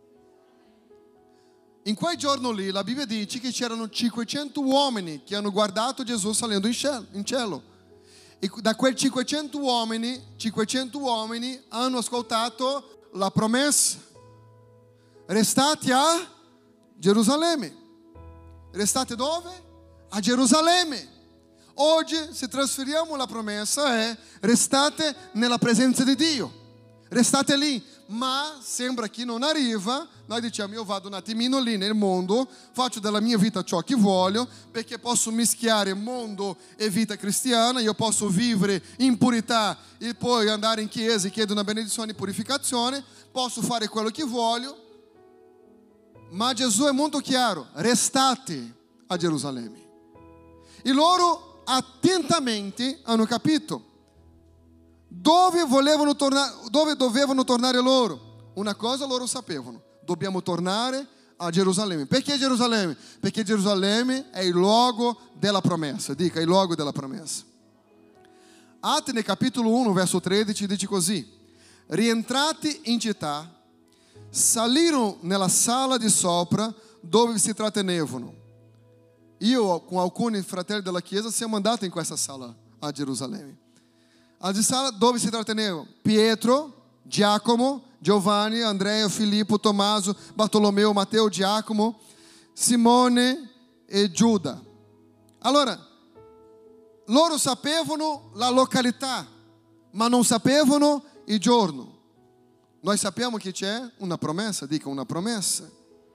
In quel giorno lì la Bibbia dice che c'erano cinquecento uomini che hanno guardato Gesù salendo in cielo, in cielo. E da quei cinquecento uomini, cinquecento uomini hanno ascoltato la promessa. Restate a Gerusalemme. Restate dove? A Gerusalemme. Oggi, se trasferiamo la promessa, è restate nella presenza di Dio. Restate lì. Ma sembra che non arriva. Noi diciamo: io vado un attimino lì nel mondo, faccio della mia vita ciò che voglio, perché posso mischiare mondo e vita cristiana. Io posso vivere in purità e poi andare in chiesa e chiedere una benedizione di purificazione. Posso fare quello che voglio. Ma Gesù è molto chiaro: restate a Gerusalemme. E loro attentamente hanno capito dove volevano tornare, dove dovevano tornare loro. Una cosa loro sapevano: dobbiamo tornare a Gerusalemme. Perché Gerusalemme? Perché Gerusalemme è il luogo della promessa. Dica, il luogo della promessa. Atti nel capitolo uno, verso tredici, dice così: rientrati in città, salirono nella sala di sopra dove si trattenevano. Io con alcuni fratelli della chiesa siamo andati in questa sala a Gerusalemme. Alla sala dove si trattenevano Pietro, Giacomo, Giovanni, Andrea, Filippo, Tommaso, Bartolomeo, Matteo, Giacomo, Simone e Giuda. Allora, loro sapevano la località, ma non sapevano il giorno. Noi sappiamo che c'è una promessa, dica una promessa.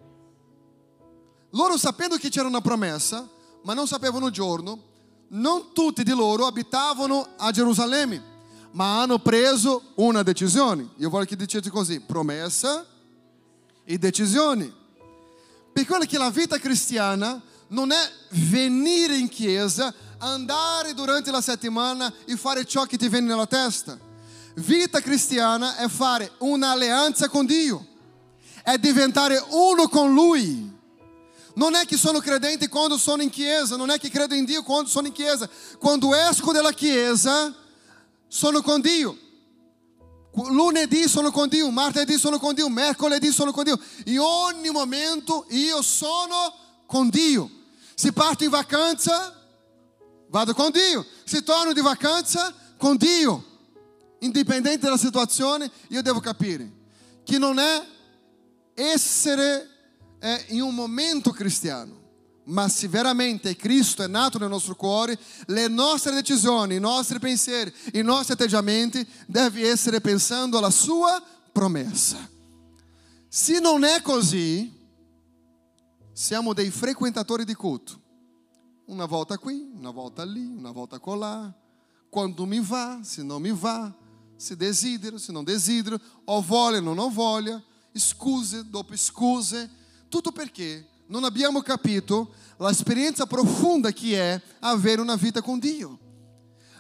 Loro sapendo che c'era una promessa, ma non sapevano il giorno, non tutti di loro abitavano a Gerusalemme, ma hanno preso una decisione. Io voglio che dicete così: promessa e decisioni. Per quello che la vita cristiana non è venire in chiesa, andare durante la settimana e fare ciò che ti viene nella testa. Vita cristiana è fare un'alleanza con Dio, è diventare uno con Lui. Non è che sono credente quando sono in chiesa, non è che credo in Dio quando sono in chiesa. Quando esco dalla chiesa, sono con Dio. Lunedì sono con Dio, martedì sono con Dio, mercoledì sono con Dio. In ogni momento io sono con Dio. Se parto in vacanza, vado con Dio. Se torno di vacanza, con Dio. Indipendente dalla situazione, io devo capire che non è essere è in un momento cristiano, ma se veramente Cristo è nato nel nostro cuore, le nostre decisioni, i nostri pensieri, i nostri atteggiamenti devono essere pensando alla sua promessa. Se non è così, siamo dei frequentatori di culto. Una volta qui, una volta lì, una volta colà. Quando mi va, se non mi va, se desidero, se non desidero, ho voglia, non ho voglia, scuse dopo scuse. Tutto perché non abbiamo capito l'esperienza profonda che è avere una vita con Dio.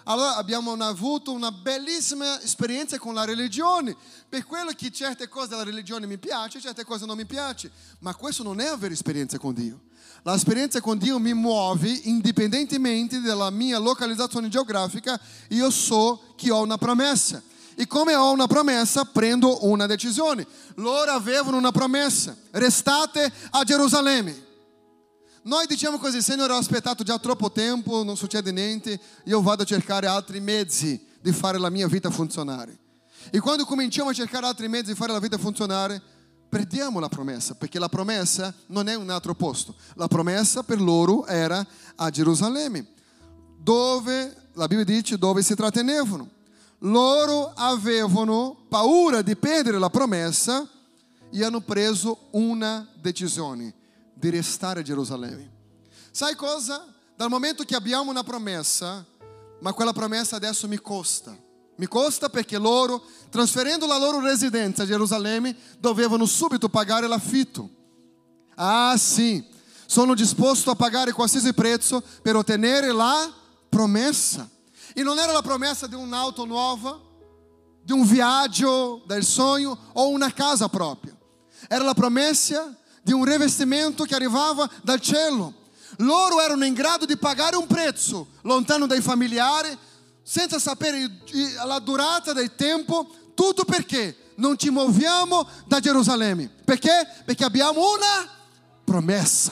Allora abbiamo avuto una bellissima esperienza con la religione, per quello che certe cose della religione mi piacciono, certe cose non mi piacciono, ma questo non è avere esperienza con Dio. L'esperienza con Dio mi muove indipendentemente dalla mia localizzazione geografica, io so che ho una promessa. E come ho una promessa, prendo una decisione. Loro avevano una promessa: restate a Gerusalemme. Noi diciamo così: Signore, ho aspettato già troppo tempo, non succede niente, io vado a cercare altri mezzi di fare la mia vita funzionare. E quando cominciamo a cercare altri mezzi di fare la vita funzionare, perdiamo la promessa, perché la promessa non è un altro posto. La promessa per loro era a Gerusalemme, dove, la Bibbia dice, dove si trattenevano. Loro avevano paura di perdere la promessa e hanno preso una decisione: di restare a Gerusalemme. Sai cosa? Dal momento che abbiamo una promessa, ma quella promessa adesso mi costa. Mi costa perché loro, trasferendo la loro residenza a Gerusalemme, dovevano subito pagare l'affitto. Ah sì, sono disposto a pagare qualsiasi prezzo per ottenere la promessa. E non era la promessa di un'auto nuova, di un viaggio del sogno o una casa propria. Era la promessa di un rivestimento che arrivava dal cielo. Loro erano in grado di pagare un prezzo lontano dai familiari, senza sapere la durata del tempo. Tutto perché non ci muoviamo da Gerusalemme. Perché? Perché abbiamo una promessa.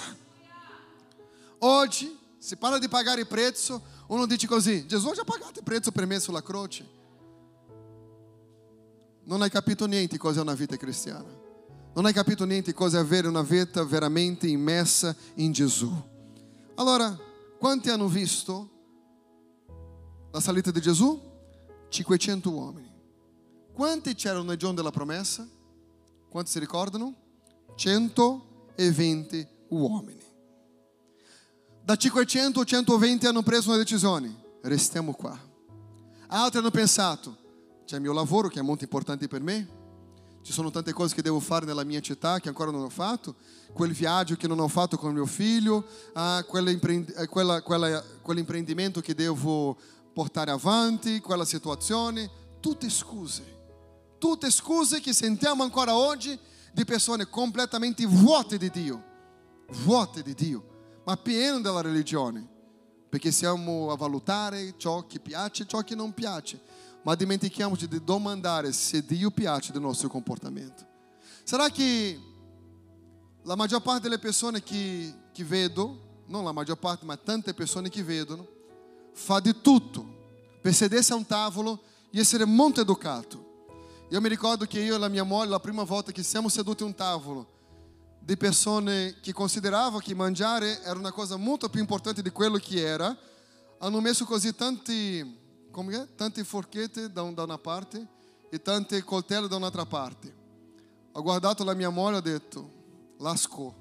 Oggi si parla di pagare il prezzo. Uno dice così: Gesù ha già pagato il prezzo per me sulla croce. Non hai capito niente cosa è una vita cristiana. Non hai capito niente cosa è avere una vita veramente immessa in Gesù. Allora, quanti hanno visto la salita di Gesù? cinquecento uomini. Quanti c'erano nel giorno della promessa? Quanti si ricordano? centoventi uomini. Da cinquecento a centoventi hanno preso una decisione: restiamo qua. Altri hanno pensato: c'è il mio lavoro che è molto importante per me, ci sono tante cose che devo fare nella mia città che ancora non ho fatto, quel viaggio che non ho fatto con mio figlio, ah, quell'imprend- quella, quella, quell'imprendimento che devo portare avanti, quella situazione. Tutte scuse, tutte scuse che sentiamo ancora oggi di persone completamente vuote di Dio, vuote di Dio, ma piene della religione, perché siamo a valutare ciò che piace e ciò che non piace, ma dimentichiamoci di domandare se Dio piace del nostro comportamento. Sarà che la maggior parte delle persone che, che vedo, non la maggior parte, ma tante persone che vedono, fa di tutto per sedersi a un tavolo e essere molto educato. Io mi ricordo che io e la mia moglie, la prima volta che siamo seduti a un tavolo di persone che consideravano che mangiare era una cosa molto più importante di quello che era, hanno messo così tanti, come è? Tante forchette da, un, da una parte e tante coltelli da un'altra parte. Ho guardato la mia moglie e ho detto: lascò.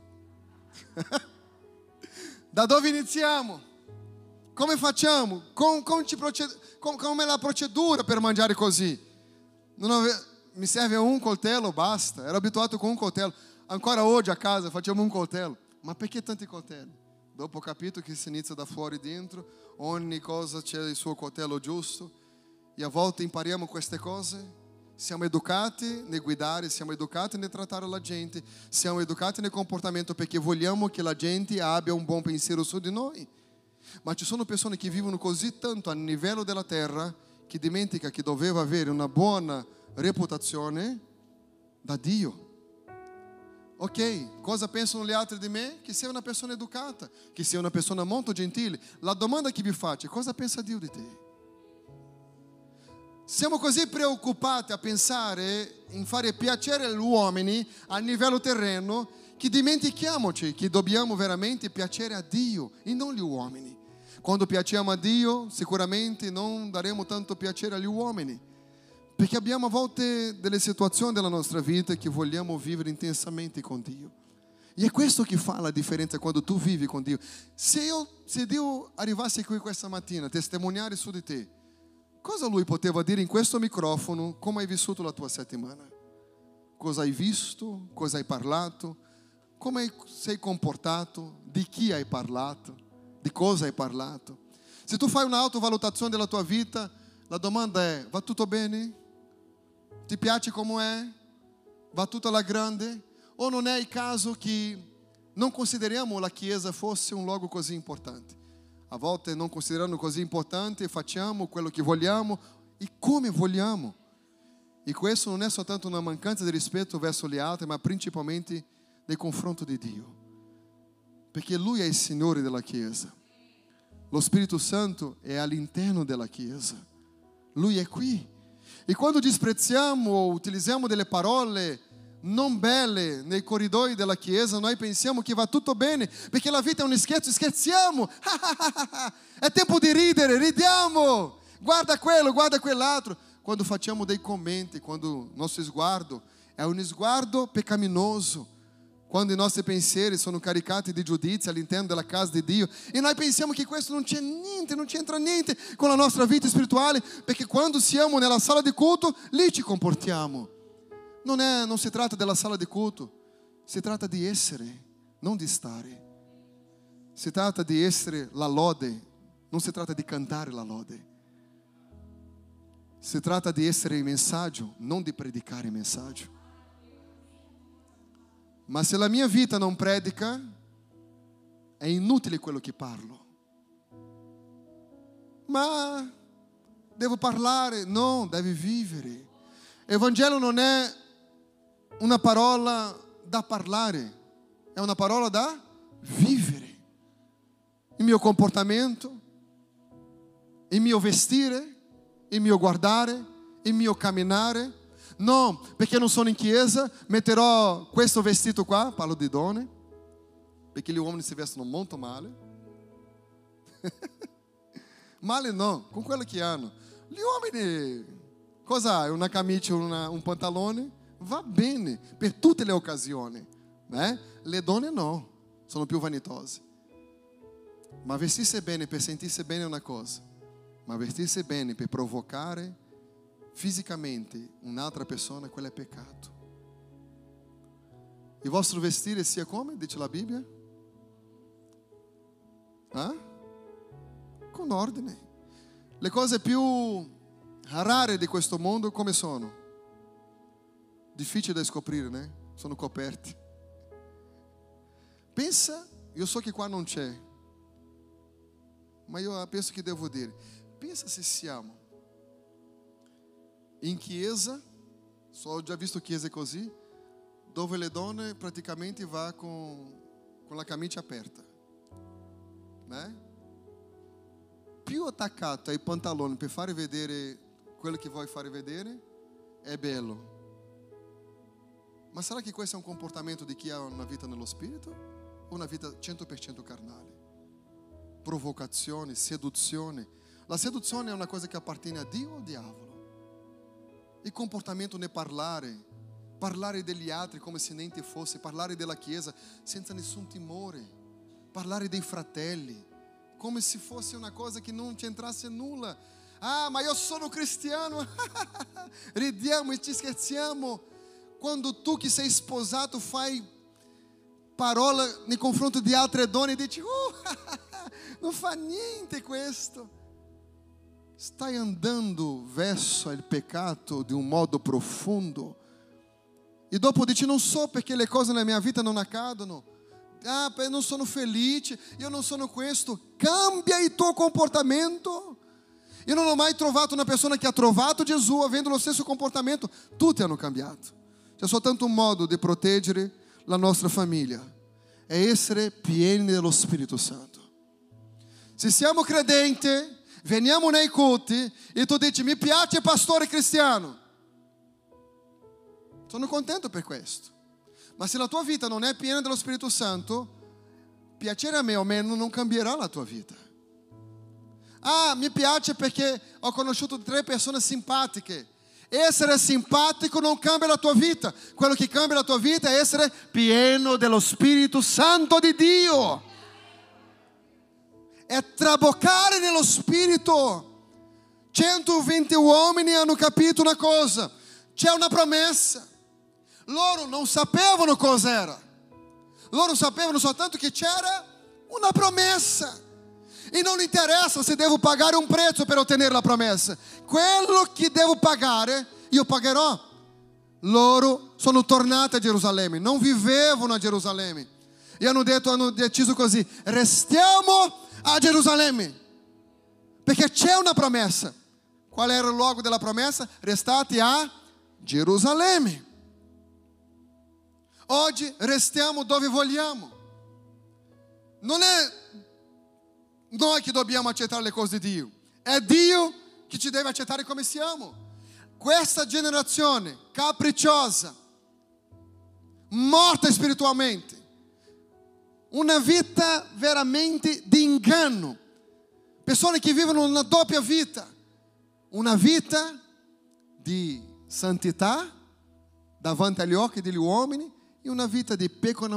Da dove iniziamo? Come facciamo? Com, com ci proced- com, come è la procedura per mangiare così? Non ave- mi serve un coltello, basta. Ero abituato con un coltello. Ancora oggi a casa facciamo un coltello. Ma perché tanti coltelli? Dopo ho capito che si inizia da fuori dentro, ogni cosa c'è il suo coltello giusto. E a volte impariamo queste cose. Siamo educati nel guidare, siamo educati nel trattare la gente, siamo educati nel comportamento perché vogliamo che la gente abbia un buon pensiero su di noi. Ma ci sono persone che vivono così tanto a livello della terra che dimentica che doveva avere una buona reputazione da Dio. Ok, cosa pensano gli altri di me? Che sia una persona educata, che sia una persona molto gentile. La domanda che vi faccio è: cosa pensa Dio di te? Siamo così preoccupati a pensare in fare piacere agli uomini a livello terreno che dimentichiamoci che dobbiamo veramente piacere a Dio e non agli uomini. Quando piacciamo a Dio sicuramente non daremo tanto piacere agli uomini, perché abbiamo a volte delle situazioni della nostra vita che vogliamo vivere intensamente con Dio. E è questo che fa la differenza quando tu vivi con Dio. Se, io, se Dio arrivasse qui questa mattina a testimoniare su di te, cosa Lui poteva dire in questo microfono? Come hai vissuto la tua settimana? Cosa hai visto? Cosa hai parlato? Come sei comportato? Di chi hai parlato? Di cosa hai parlato? Se tu fai un'autovalutazione della tua vita, la domanda è: va tutto bene? Ti piace come è? Va tutto alla grande? O non è il caso che non consideriamo la Chiesa fosse un luogo così importante? A volte, non considerando così importante, facciamo quello che vogliamo e come vogliamo. E questo non è soltanto una mancanza di rispetto verso gli altri, ma principalmente nei confronti di Dio. Perché Lui è il Signore della Chiesa. Lo Spirito Santo è all'interno della Chiesa. Lui è qui. E quando disprezziamo o utilizziamo delle parole non belle nei corridoi della Chiesa, noi pensiamo che va tutto bene, perché la vita è un scherzo, scherziamo. È tempo di ridere, ridiamo. Guarda quello, guarda quell'altro. Quando facciamo dei commenti, quando il nostro sguardo è un sguardo peccaminoso, quando i nostri pensieri sono caricati di giudizio all'interno della casa di Dio, e noi pensiamo che questo non c'è niente, non c'entra niente con la nostra vita spirituale, perché quando siamo nella sala di culto, lì ci comportiamo. Non, è, non si tratta della sala di culto, si tratta di essere, non di stare. Si tratta di essere la lode, non si tratta di cantare la lode. Si tratta di essere il messaggio, non di predicare il messaggio. Ma se la mia vita non predica, è inutile quello che parlo. Ma devo parlare? No, devi vivere. Evangelo non è una parola da parlare, è una parola da vivere. Il mio comportamento, il mio vestire, il mio guardare, il mio camminare. No, perché non sono in chiesa, metterò questo vestito qua, parlo di donne, perché gli uomini si vestono molto male. Male no, con quello che hanno. Gli uomini, cosa hai? Una camicia, una, un pantalone? Va bene, per tutte le occasioni. Eh? Le donne no, sono più vanitose. Ma vestirsi bene per sentirsi bene è una cosa, ma vestirsi bene per provocare fisicamente un'altra persona, quello è peccato. Il vostro vestire sia come, dice la Bibbia? Eh? Con ordine. Le cose più rare di questo mondo come sono? Difficili da scoprire, né? Sono coperti. Pensa, io so che qua non c'è, ma io penso che devo dire, pensa se siamo in chiesa, ho già visto chiese così, dove le donne praticamente va con, con la camicia aperta, né? Più attaccato ai pantaloni per fare vedere quello che vuoi fare vedere, è bello. Ma sarà che questo è un comportamento di chi ha una vita nello spirito o una vita cento per cento carnale? Provocazione, seduzione. La seduzione è una cosa che appartiene a Dio o al diavolo? Il comportamento nel parlare, parlare degli altri come se niente fosse, parlare della Chiesa senza nessun timore, parlare dei fratelli come se fosse una cosa che non c'entrasse nulla. Ah, ma io sono cristiano. Ridiamo e ci scherziamo. Quando tu che sei sposato fai parola nei confronti di altre donne e dici, uh, non fa niente questo. Stai andando verso il peccato di un modo profondo. E dopo dici, non so perché le cose nella mia vita non accadono. Ah, io non sono felice, io non sono questo. Cambia il tuo comportamento. Io non ho mai trovato una persona che ha trovato Gesù avendo lo stesso comportamento. Tutti hanno cambiato. C'è soltanto un modo di proteggere la nostra famiglia. È essere pieni dello Spirito Santo. Se siamo credenti, veniamo nei culti e tu dici, mi piace pastore cristiano. Sono contento per questo. Ma se la tua vita non è piena dello Spirito Santo, piacere a me o meno non cambierà la tua vita. Ah, mi piace perché ho conosciuto tre persone simpatiche. Essere simpatico non cambia la tua vita. Quello che cambia la tua vita è essere pieno dello Spirito Santo di Dio. È traboccare nello Spirito. centoventi uomini hanno capito una cosa. C'è una promessa. Loro non sapevano cos'era. Loro sapevano soltanto che c'era una promessa. E non interessa se devo pagare un prezzo per ottenere la promessa. Quello che devo pagare, io pagherò. Loro sono tornati a Gerusalemme, non vivevano a Gerusalemme. E hanno detto, hanno deciso così: restiamo a Gerusalemme, perché c'è una promessa. Qual era il luogo della promessa? Restate a Gerusalemme. Oggi restiamo dove vogliamo. Non è noi che dobbiamo accettare le cose di Dio, è Dio che ci deve accettare come siamo. Questa generazione capricciosa, morta spiritualmente, una vita veramente di inganno, persone che vivono una doppia vita, una vita di santità davanti agli occhi degli uomini e una vita di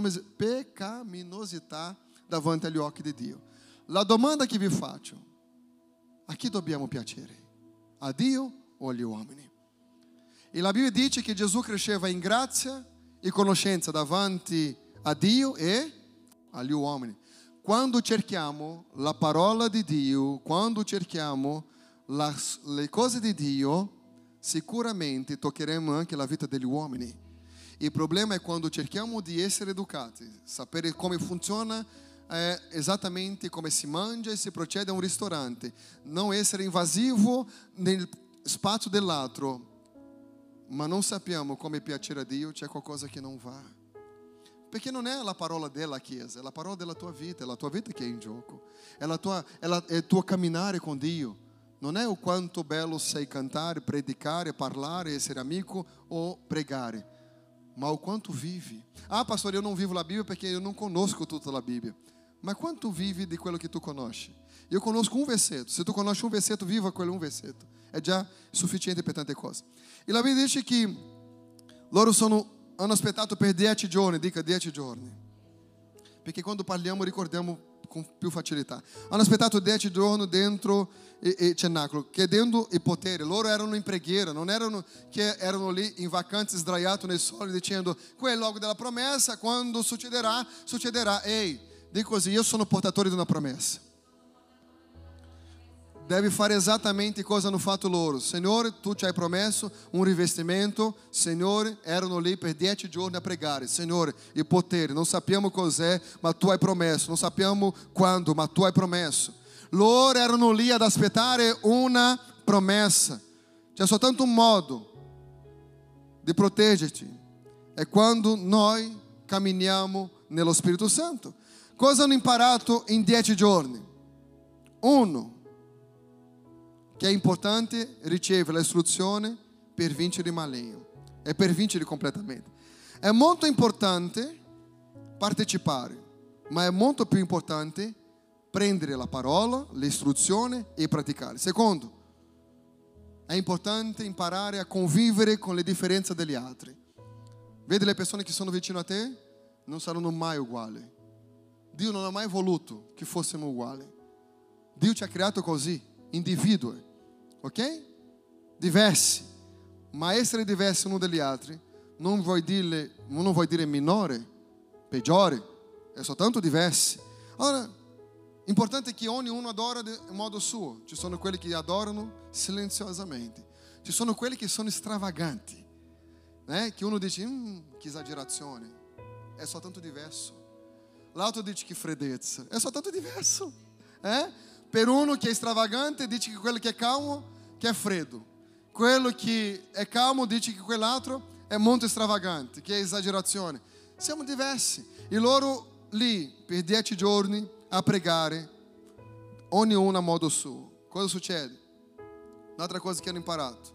pecaminosità davanti agli occhi di Dio. La domanda che vi faccio: a chi dobbiamo piacere? A Dio o agli uomini? E la Bibbia dice che Gesù cresceva in grazia e conoscenza davanti a Dio e agli uomini. Quando cerchiamo la parola di Dio, quando cerchiamo las, le cose di Dio, sicuramente toccheremo anche la vita degli uomini. Il problema è quando cerchiamo di essere educati, sapere come funziona eh, esattamente come si mangia e si procede a un ristorante, non essere invasivo nel spazio dell'altro, ma non sappiamo come piacere a Dio, c'è qualcosa che non va. Perché non è la parola della Chiesa, è la parola della tua vita, è la tua vita che è in gioco, è, la tua, è, la, è il tuo camminare con Dio. Non è o quanto bello sei cantare, predicare, parlare, essere amico o pregare, ma o quanto vivi. Ah, pastor, eu não vivo a Bíblia porque eu não conosco tutta a Bíblia. Mas quanto vive di quello che tu conosci? Eu conosco um versetto. Se tu conosci un versetto, viva quello un versetto. È già sufficiente per tante cose. E la Bibbia dice che loro sono, hanno aspettato per dieci giorni, dica dieci giorni. Perché quando parliamo ricordiamo con più facilità. Hanno aspettato dieci giorni dentro il cenacolo, chiedendo il potere. Loro erano in preghiera, non erano che erano lì in vacanze sdraiati nel sole dicendo: quello è il luogo della promessa, quando succederà, succederà. Ehi, dico così, io sono portatore di una promessa. Deve fare esattamente cosa hanno fatto loro. Signore, tu ci hai promesso un rivestimento. Signore, erano lì per dieci giorni a pregare. Signore, il potere, non sappiamo cos'è, ma tu hai promesso. Non sappiamo quando, ma tu hai promesso. Loro erano lì ad aspettare una promessa. C'è soltanto un modo di proteggerti. È quando noi camminiamo nello Spirito Santo. Cosa hanno imparato in dieci giorni? Uno, che è importante ricevere l'istruzione per vincere il maligno e per vincere completamente. È molto importante partecipare, ma è molto più importante prendere la parola, l'istruzione e praticare. Secondo, è importante imparare a convivere con le differenze degli altri. Vedi, le persone che sono vicino a te non saranno mai uguali. Dio non ha mai voluto che fossimo uguali. Dio ci ha creato così, individui, ok? Diversi. Ma essere diversi uno dagli altri non vuol dire, non vuol dire minore, peggiore, è soltanto diversi. Allora, importante è che ognuno adora in modo suo. Ci sono quelli che adorano silenziosamente, ci sono quelli che sono stravaganti, né? Che uno dice, mm, che esagerazione, è soltanto diverso. L'altro dice che freddezza, è soltanto diverso. Eh? Per uno che è stravagante dice che quello che è calmo che è freddo. Quello che è calmo dice che quell'altro è molto stravagante, che è esagerazione. Siamo diversi. E loro lì per dieci giorni a pregare, ognuno a modo suo. Cosa succede? Un'altra cosa che hanno imparato,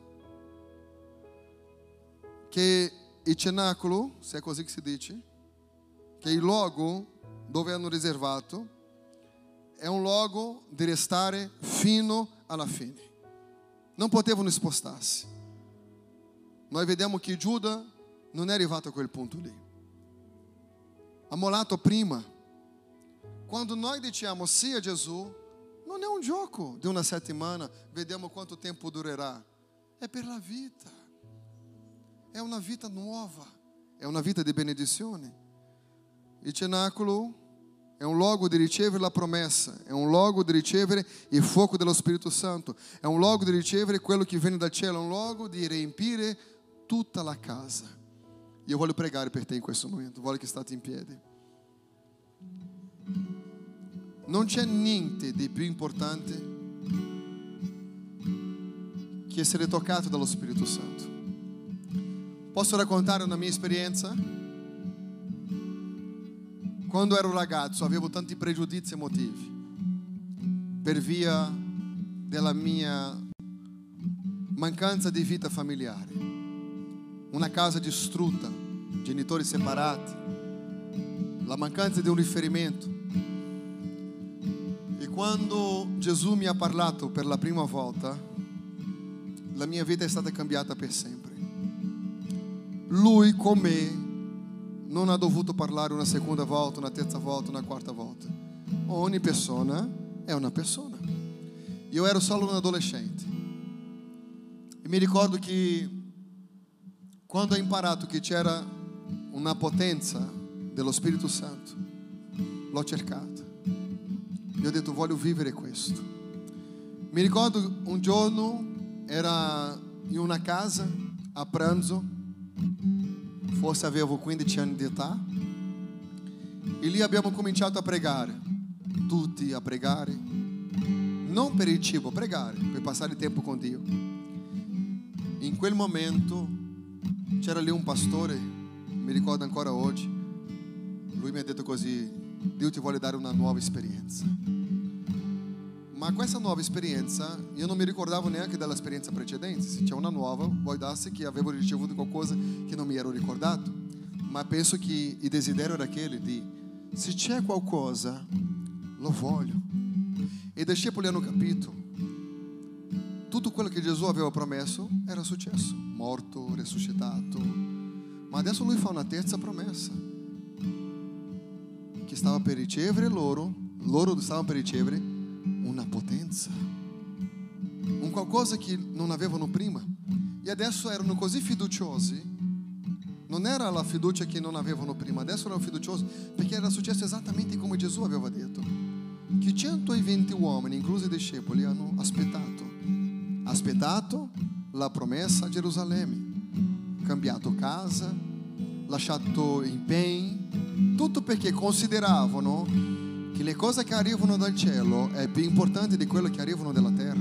che il cenacolo, se è così che si dice, che il luogo dove hanno riservato è un luogo di restare fino alla fine. Non potevano spostarsi. Noi vediamo che Giuda non è arrivato a quel punto lì. Ha mollato prima. Quando noi diciamo sì a Gesù, non è un gioco di una settimana, vediamo quanto tempo durerà. È per la vita. È una vita nuova. È una vita di benedizione. Il cenacolo è un luogo di ricevere la promessa, è un luogo di ricevere il fuoco dello Spirito Santo, è un luogo di ricevere quello che viene dal cielo, è un luogo di riempire tutta la casa. Io voglio pregare per te in questo momento, voglio che state in piedi. Non c'è niente di più importante che essere toccato dallo Spirito Santo. Posso raccontare una mia esperienza? Quando ero ragazzo avevo tanti pregiudizi emotivi per via della mia mancanza di vita familiare. Una casa distrutta, genitori separati, la mancanza di un riferimento. E quando Gesù mi ha parlato per la prima volta, la mia vita è stata cambiata per sempre. Lui con me non ha dovuto parlare una seconda volta, una terza volta, una quarta volta. Ogni persona è una persona. Io ero solo un adolescente e mi ricordo che quando ho imparato che c'era una potenza dello Spirito Santo, l'ho cercata. E ho detto, voglio vivere questo. Mi ricordo un giorno era in una casa a pranzo, forse avevo quindici anni di età, e lì abbiamo cominciato a pregare, tutti a pregare, non per il cibo, pregare, per passare il tempo con Dio. In quel momento c'era lì un pastore, mi ricordo ancora oggi, lui mi ha detto così: Dio ti vuole dare una nuova esperienza. Ma questa nuova esperienza, io non mi ricordavo neanche dell'esperienza precedente. Se c'è una nuova, può darsi che avevo ricevuto qualcosa che non mi ero ricordato. Ma penso che il desiderio era aquele di, se c'è qualcosa, lo voglio. E i discepoli hanno capito. Tutto quello che Gesù aveva promesso era successo. Morto, risuscitato. Ma adesso lui fa una terza promessa. Che stava per ricevere loro, loro stavano per ricevere una potenza, un qualcosa che non avevano prima, e adesso erano così fiduciosi. Non era la fiducia che non avevano prima, adesso erano fiduciosi perché era successo esattamente come Gesù aveva detto, che centoventi uomini, inclusi i discepoli, hanno aspettato aspettato la promessa a Gerusalemme, cambiato casa, lasciato impegni, tutto perché consideravano che le cose che arrivano dal cielo è più importante di quello che arrivano dalla terra.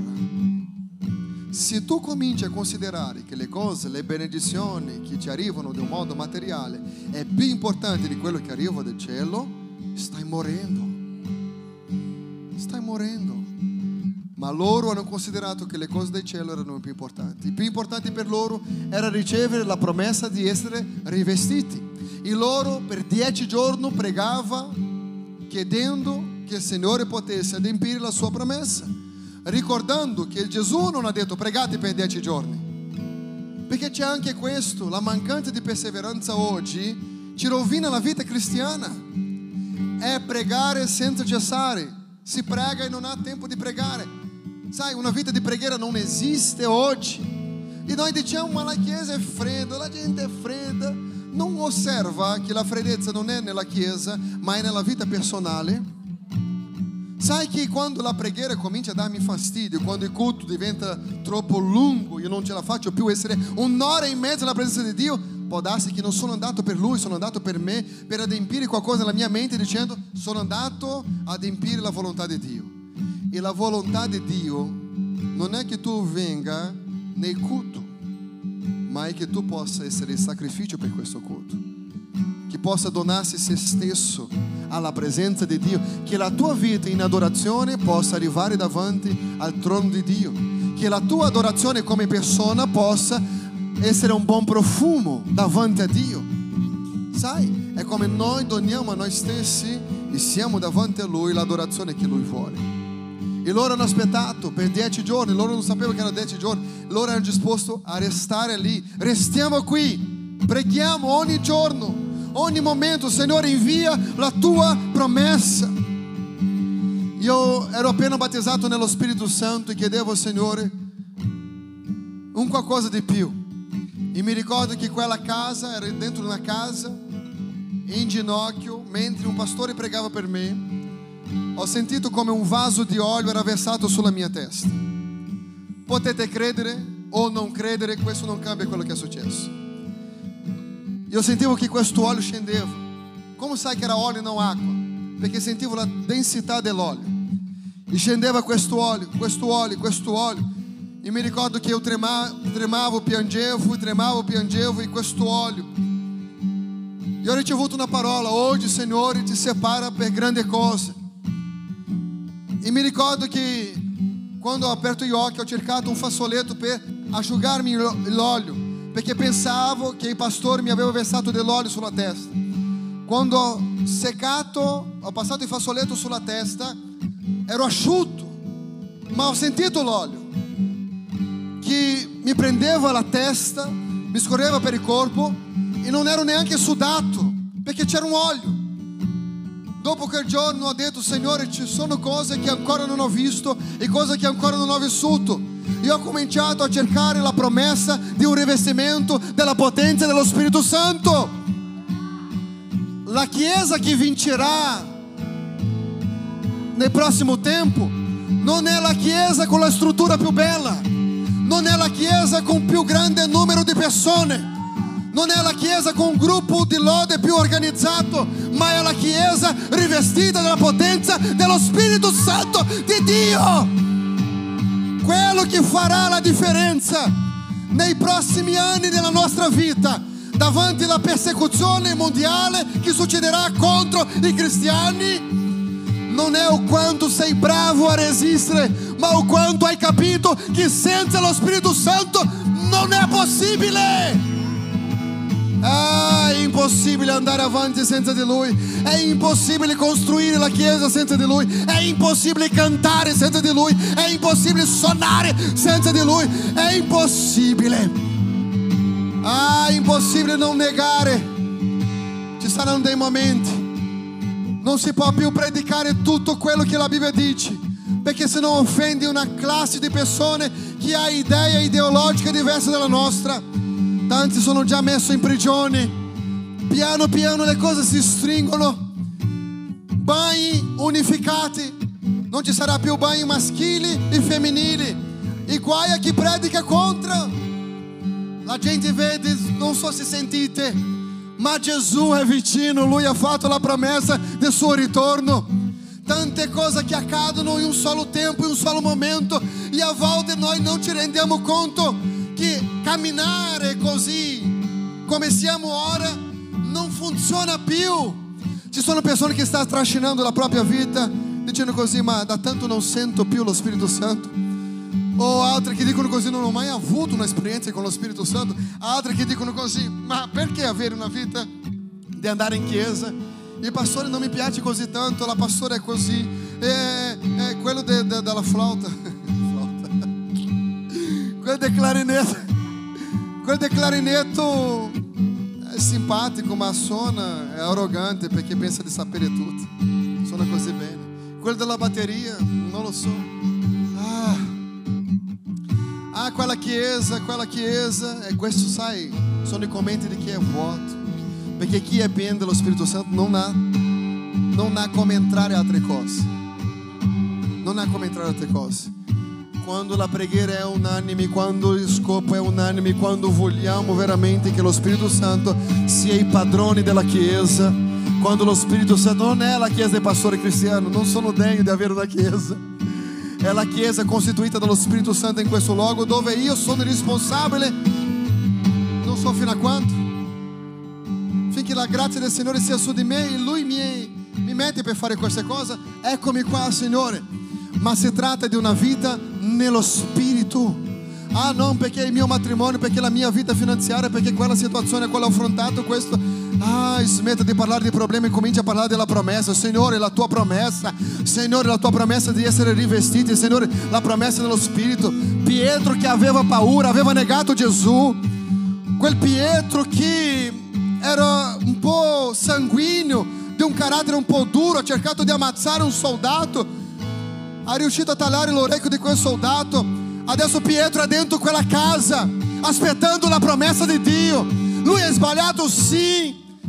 Se tu cominci a considerare che le cose, le benedizioni che ti arrivano di un modo materiale è più importante di quello che arriva dal cielo, stai morendo. Stai morendo. Ma loro hanno considerato che le cose del cielo erano più importanti. Il più importante per loro era ricevere la promessa di essere rivestiti. E loro per dieci giorni pregavano, chiedendo che il Signore potesse adempiere la sua promessa, ricordando che Gesù non ha detto pregate per dieci giorni, perché c'è anche questo, la mancanza di perseveranza oggi ci rovina la vita cristiana. È pregare senza cessare, si prega e non ha tempo di pregare. Sai, una vita di preghiera non esiste oggi, e noi diciamo ma la chiesa è fredda, la gente è fredda. Non osserva che la freddezza non è nella chiesa, ma è nella vita personale? Sai che quando la preghiera comincia a darmi fastidio, quando il culto diventa troppo lungo, io non ce la faccio più essere un'ora e mezza nella presenza di Dio, può darsi che non sono andato per Lui, sono andato per me, per adempiere qualcosa nella mia mente, dicendo sono andato ad adempiere la volontà di Dio. E la volontà di Dio non è che tu venga nel culto, ma è che tu possa essere il sacrificio per questo culto, che possa donarsi se stesso alla presenza di Dio, che la tua vita in adorazione possa arrivare davanti al trono di Dio, che la tua adorazione come persona possa essere un buon profumo davanti a Dio. Sai, è come noi doniamo a noi stessi e siamo davanti a Lui l'adorazione che Lui vuole. E loro hanno aspettato per dieci giorni, loro non sapevano che erano dieci giorni, loro erano disposti a restare lì. Restiamo qui, preghiamo ogni giorno, ogni momento, Signore invia la tua promessa. Io ero appena battezzato nello Spirito Santo e chiedevo al Signore un qualcosa di più. E mi ricordo che quella casa, era dentro una casa, in ginocchio, mentre un pastore pregava per me, ho sentito come un vaso di olio era versato sulla mia testa. Potete credere o non credere, questo non cambia quello che è successo. Io sentivo che questo olio scendeva. Come sai che era olio e non acqua? Perché sentivo la densità dell'olio. E scendeva questo olio, questo olio, questo olio. E mi ricordo che io tremavo, tremavo, piangevo, tremavo, piangevo e questo olio. E ho ricevuto una parola: oggi il Signore ti separa per grandi cose. E mi ricordo che quando ho aperto gli occhi ho cercato un fazzoletto per asciugarmi l'olio, perché pensavo che il pastore mi aveva versato dell'olio sulla testa. Quando ho seccato, ho passato il fazzoletto sulla testa, ero asciutto, ma ho sentito l'olio che mi prendeva la testa, mi scorreva per il corpo e non ero neanche sudato, perché c'era un olio. Dopo quel giorno ho detto: Signore, ci sono cose che ancora non ho visto e cose che ancora non ho vissuto. E ho cominciato a cercare la promessa di un rivestimento della potenza dello Spirito Santo. La Chiesa che vincerà nel prossimo tempo non è la Chiesa con la struttura più bella, non è la Chiesa con più grande numero di persone, non è la Chiesa con un gruppo di lode più organizzato, ma è la Chiesa rivestita della potenza dello Spirito Santo di Dio. Quello che farà la differenza nei prossimi anni della nostra vita, davanti alla persecuzione mondiale che succederà contro i cristiani, non è o quanto sei bravo a resistere, ma o quanto hai capito che senza lo Spirito Santo non è possibile. Ah, è impossibile andare avanti senza di Lui, è impossibile costruire la Chiesa senza di Lui, è impossibile cantare senza di Lui, è impossibile suonare senza di Lui, è impossibile. Ah, è impossibile non negare. Ci saranno dei momenti, non si può più predicare tutto quello che la Bibbia dice, perché se no offendi una classe di persone che ha idee ideologiche diverse dalla nostra. Tanti sono già messi in prigione. Piano piano le cose si stringono. Bagni unificati. Non ci sarà più bagni maschili e femminili. E guai a chi predica contro. La gente vede, non so se sentite, ma Gesù è vicino. Lui ha fatto la promessa del suo ritorno. Tante cose che accadono in un solo tempo, in un solo momento, e a volte noi non ci rendiamo conto che camminare così come siamo ora non funziona più. Ci sono persone che stanno trascinando la propria vita dicendo così: ma da tanto non sento più lo Spirito Santo. O altre che dicono così: non ho mai avuto un'esperienza con lo Spirito Santo. Altre che dicono così: ma perché avere una vita di andare in chiesa? Il pastore non mi piace così tanto, la pastora è così, è, è quello de, de, della flauta quel del clarinetto, quel del clarinetto è simpatico, ma suona, è arrogante perché pensa di sapere tutto, suona così bene. Quello della batteria, non lo so. Ah, ah quella chiesa, quella chiesa, e questo, sai, sono i commenti di chi è vuoto, perché chi è pieno dello Spirito Santo non ha, non ha come entrare altre cose, non ha come entrare altre cose. Quando la preghiera è unanime, quando il scopo è unanime, quando vogliamo veramente che lo Spirito Santo sia il padrone della Chiesa, quando lo Spirito Santo non è la Chiesa dei pastori cristiani, non sono degno di avere una Chiesa, è la Chiesa costituita dallo Spirito Santo in questo luogo, dove io sono responsabile, non so fino a quanto, finché la grazia del Signore sia su di me e Lui mi, mi mette per fare queste cose. Eccomi qua, Signore. Ma si tratta di una vita nello Spirito. Ah, non perché il mio matrimonio, perché la mia vita finanziaria, perché quella situazione, quella ho affrontato, questo. Ah, smetta di parlare di problemi e comincia a parlare della promessa. Signore, la tua promessa, Signore, la tua promessa di essere rivestiti, Signore, la promessa dello Spirito. Pietro che aveva paura, aveva negato Gesù. Quel Pietro che era un po' sanguigno, di un carattere un po' duro, ha cercato di ammazzare un soldato, ha riuscito a tagliare l'orecchio di quel soldato. Adesso Pietro è dentro quella casa aspettando la promessa di Dio. Lui è sbagliato, sì,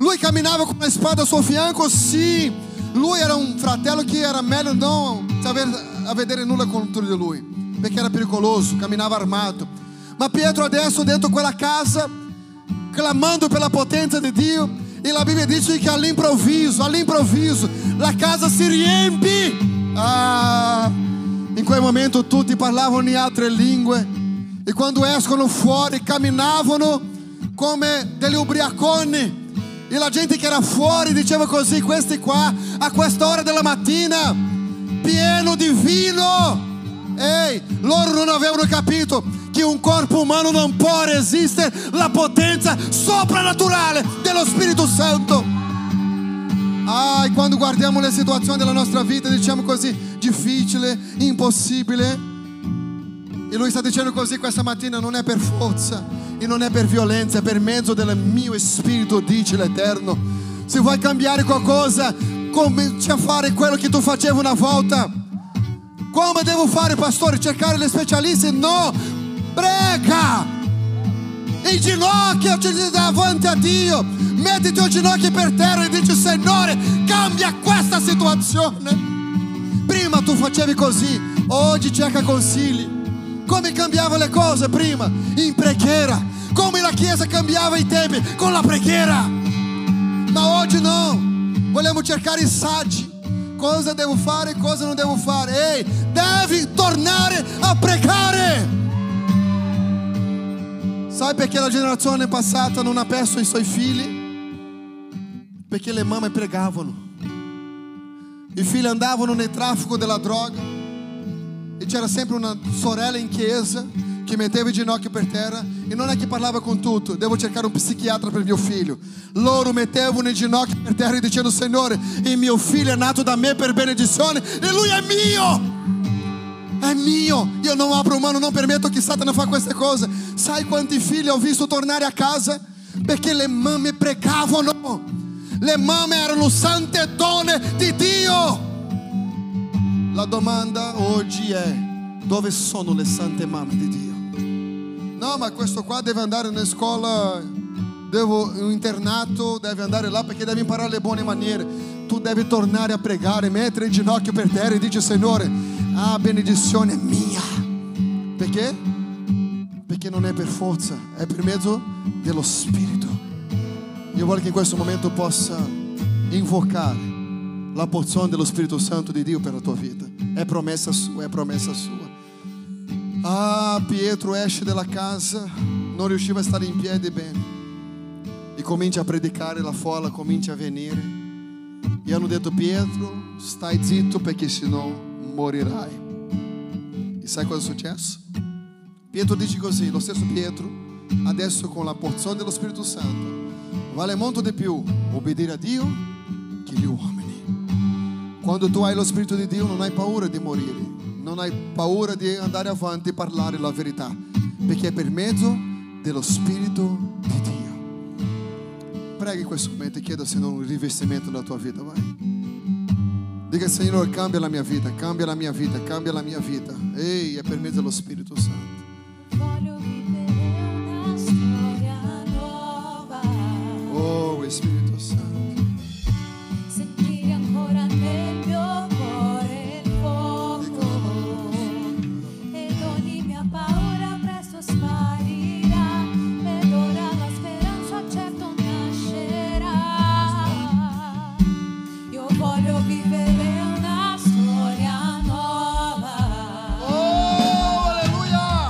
Lui camminava con la spada al suo fianco, sì. Lui era un fratello che era meglio non saper a vedere nulla contro di lui, perché era pericoloso, camminava armato. Ma Pietro adesso dentro quella casa, clamando per la potenza di Dio, e la Bibbia dice che all'improvviso, all'improvviso, la casa si riempì. Ah, in quel momento tutti parlavano in altre lingue, e quando escono fuori camminavano come degli ubriaconi. E la gente che era fuori diceva così: questi qua a quest'ora della mattina pieno di vino. Ehi, loro non avevano capito che un corpo umano non può resistere la potenza soprannaturale dello Spirito Santo. Ah, e quando guardiamo le situazioni della nostra vita diciamo così: difficile, impossibile. E lui sta dicendo così questa mattina: non è per forza e non è per violenza, è per mezzo del mio Spirito, dice l'Eterno. Se vuoi cambiare qualcosa, comincia a fare quello che tu facevi una volta. Come devo fare, pastore? Cercare gli specialisti? No, prega in ginocchio davanti a Dio, mettiti in ginocchio per terra e dici: Signore, cambia questa situazione. Prima tu facevi così, oggi cerca consigli. Come cambiava le cose prima? In preghiera. Come la Chiesa cambiava i tempi? Con la preghiera. Ma oggi no, vogliamo cercare i saggi. Cosa devo fare, cosa non devo fare. Ehi, devi tornare a pregare. Sai perché la generazione passata non ha perso i suoi figli? Perché le mamme pregavano. I figli andavano nel traffico della droga e c'era sempre una sorella in chiesa che metteva il ginocchio per terra e non è che parlava con tutto: devo cercare un psichiatra per mio figlio. Loro mettevano il ginocchio per terra dicendo: Signore, il mio figlio è nato da me per benedizione e lui è mio. È mio, io non apro mano, non permetto che Satana fa queste cose. Sai quanti figli ho visto tornare a casa? Perché le mamme pregavano. Le mamme erano sante donne di Dio. La domanda oggi è: dove sono le sante mamme di Dio? No, ma questo qua deve andare in scuola, devo, in un internato, deve andare là perché deve imparare le buone maniere. Tu devi tornare a pregare, mettere il ginocchio per terra e dici: Signore, la benedizione è mia. Perché? Perché non è per forza, è per mezzo dello Spirito. Io voglio che in questo momento possa invocare la porzione dello Spirito Santo di Dio per la tua vita. È promessa sua, è promessa sua. Ah, Pietro esce dalla casa, non riusciva a stare in piedi bene e comincia a predicare, la folla comincia a venire e hanno detto: Pietro, stai zitto perché sennò morirai. E sai cosa è successo? Pietro dice così, lo stesso Pietro, adesso con la porzione dello Spirito Santo, vale molto di più obbedire a Dio che gli uomini. Quando tu hai lo Spirito di Dio non hai paura di morire, non hai paura di andare avanti e parlare la verità, perché è per mezzo dello Spirito di Dio. Prega in questo momento e chieda al Signore un rivestimento nella tua vita, vai. Dica: Signore, cambia la mia vita, cambia la mia vita, cambia la mia vita. Ehi, è per mezzo dello Spirito Santo. Voglio vivere una storia nuova. Oh, Spirito Santo. Sentire ancora nel mio cuore il fuoco ed ogni mia paura presto sparirà ed ora la speranza certo nascerà. Io voglio vivere una storia nuova. Oh, alleluia!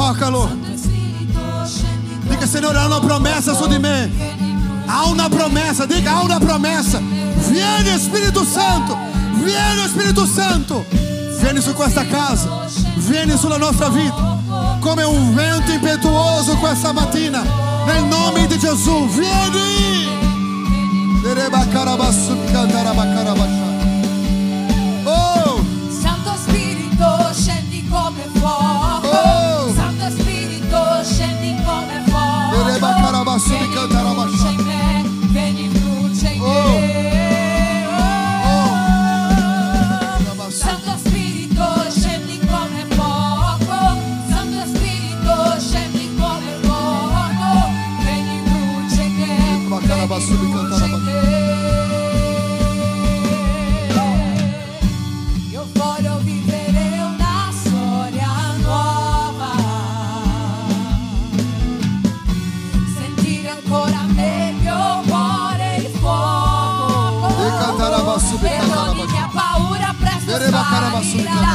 Toccalo. Dica, Signore, há una promessa su di me. Há una promessa. Dica, há una promessa. Vieni Spirito Santo. Vieni Spirito Santo. Vieni su questa casa. Vieni sulla nostra vita. Come un vento impetuoso questa mattina. Nel nome di Gesù. Vieni. Oh. Santo Spirito, scendi come fuoco. Oh. Santo Spirito, scendi come fuoco. Vieni in luce in me, vieni in luce in Oh. me. Oh. Santo Spirito, scendi come fuoco. Santo Spirito, scendi come fuoco. Vieni in luce in me, vieni in luce in me. Io voglio vivere una storia nuova, sentire ancora nel mio cuore il fuoco, E cantare a basso, e e cantare a ogni basso. mia paura presto Vereva carabasso, sparirà.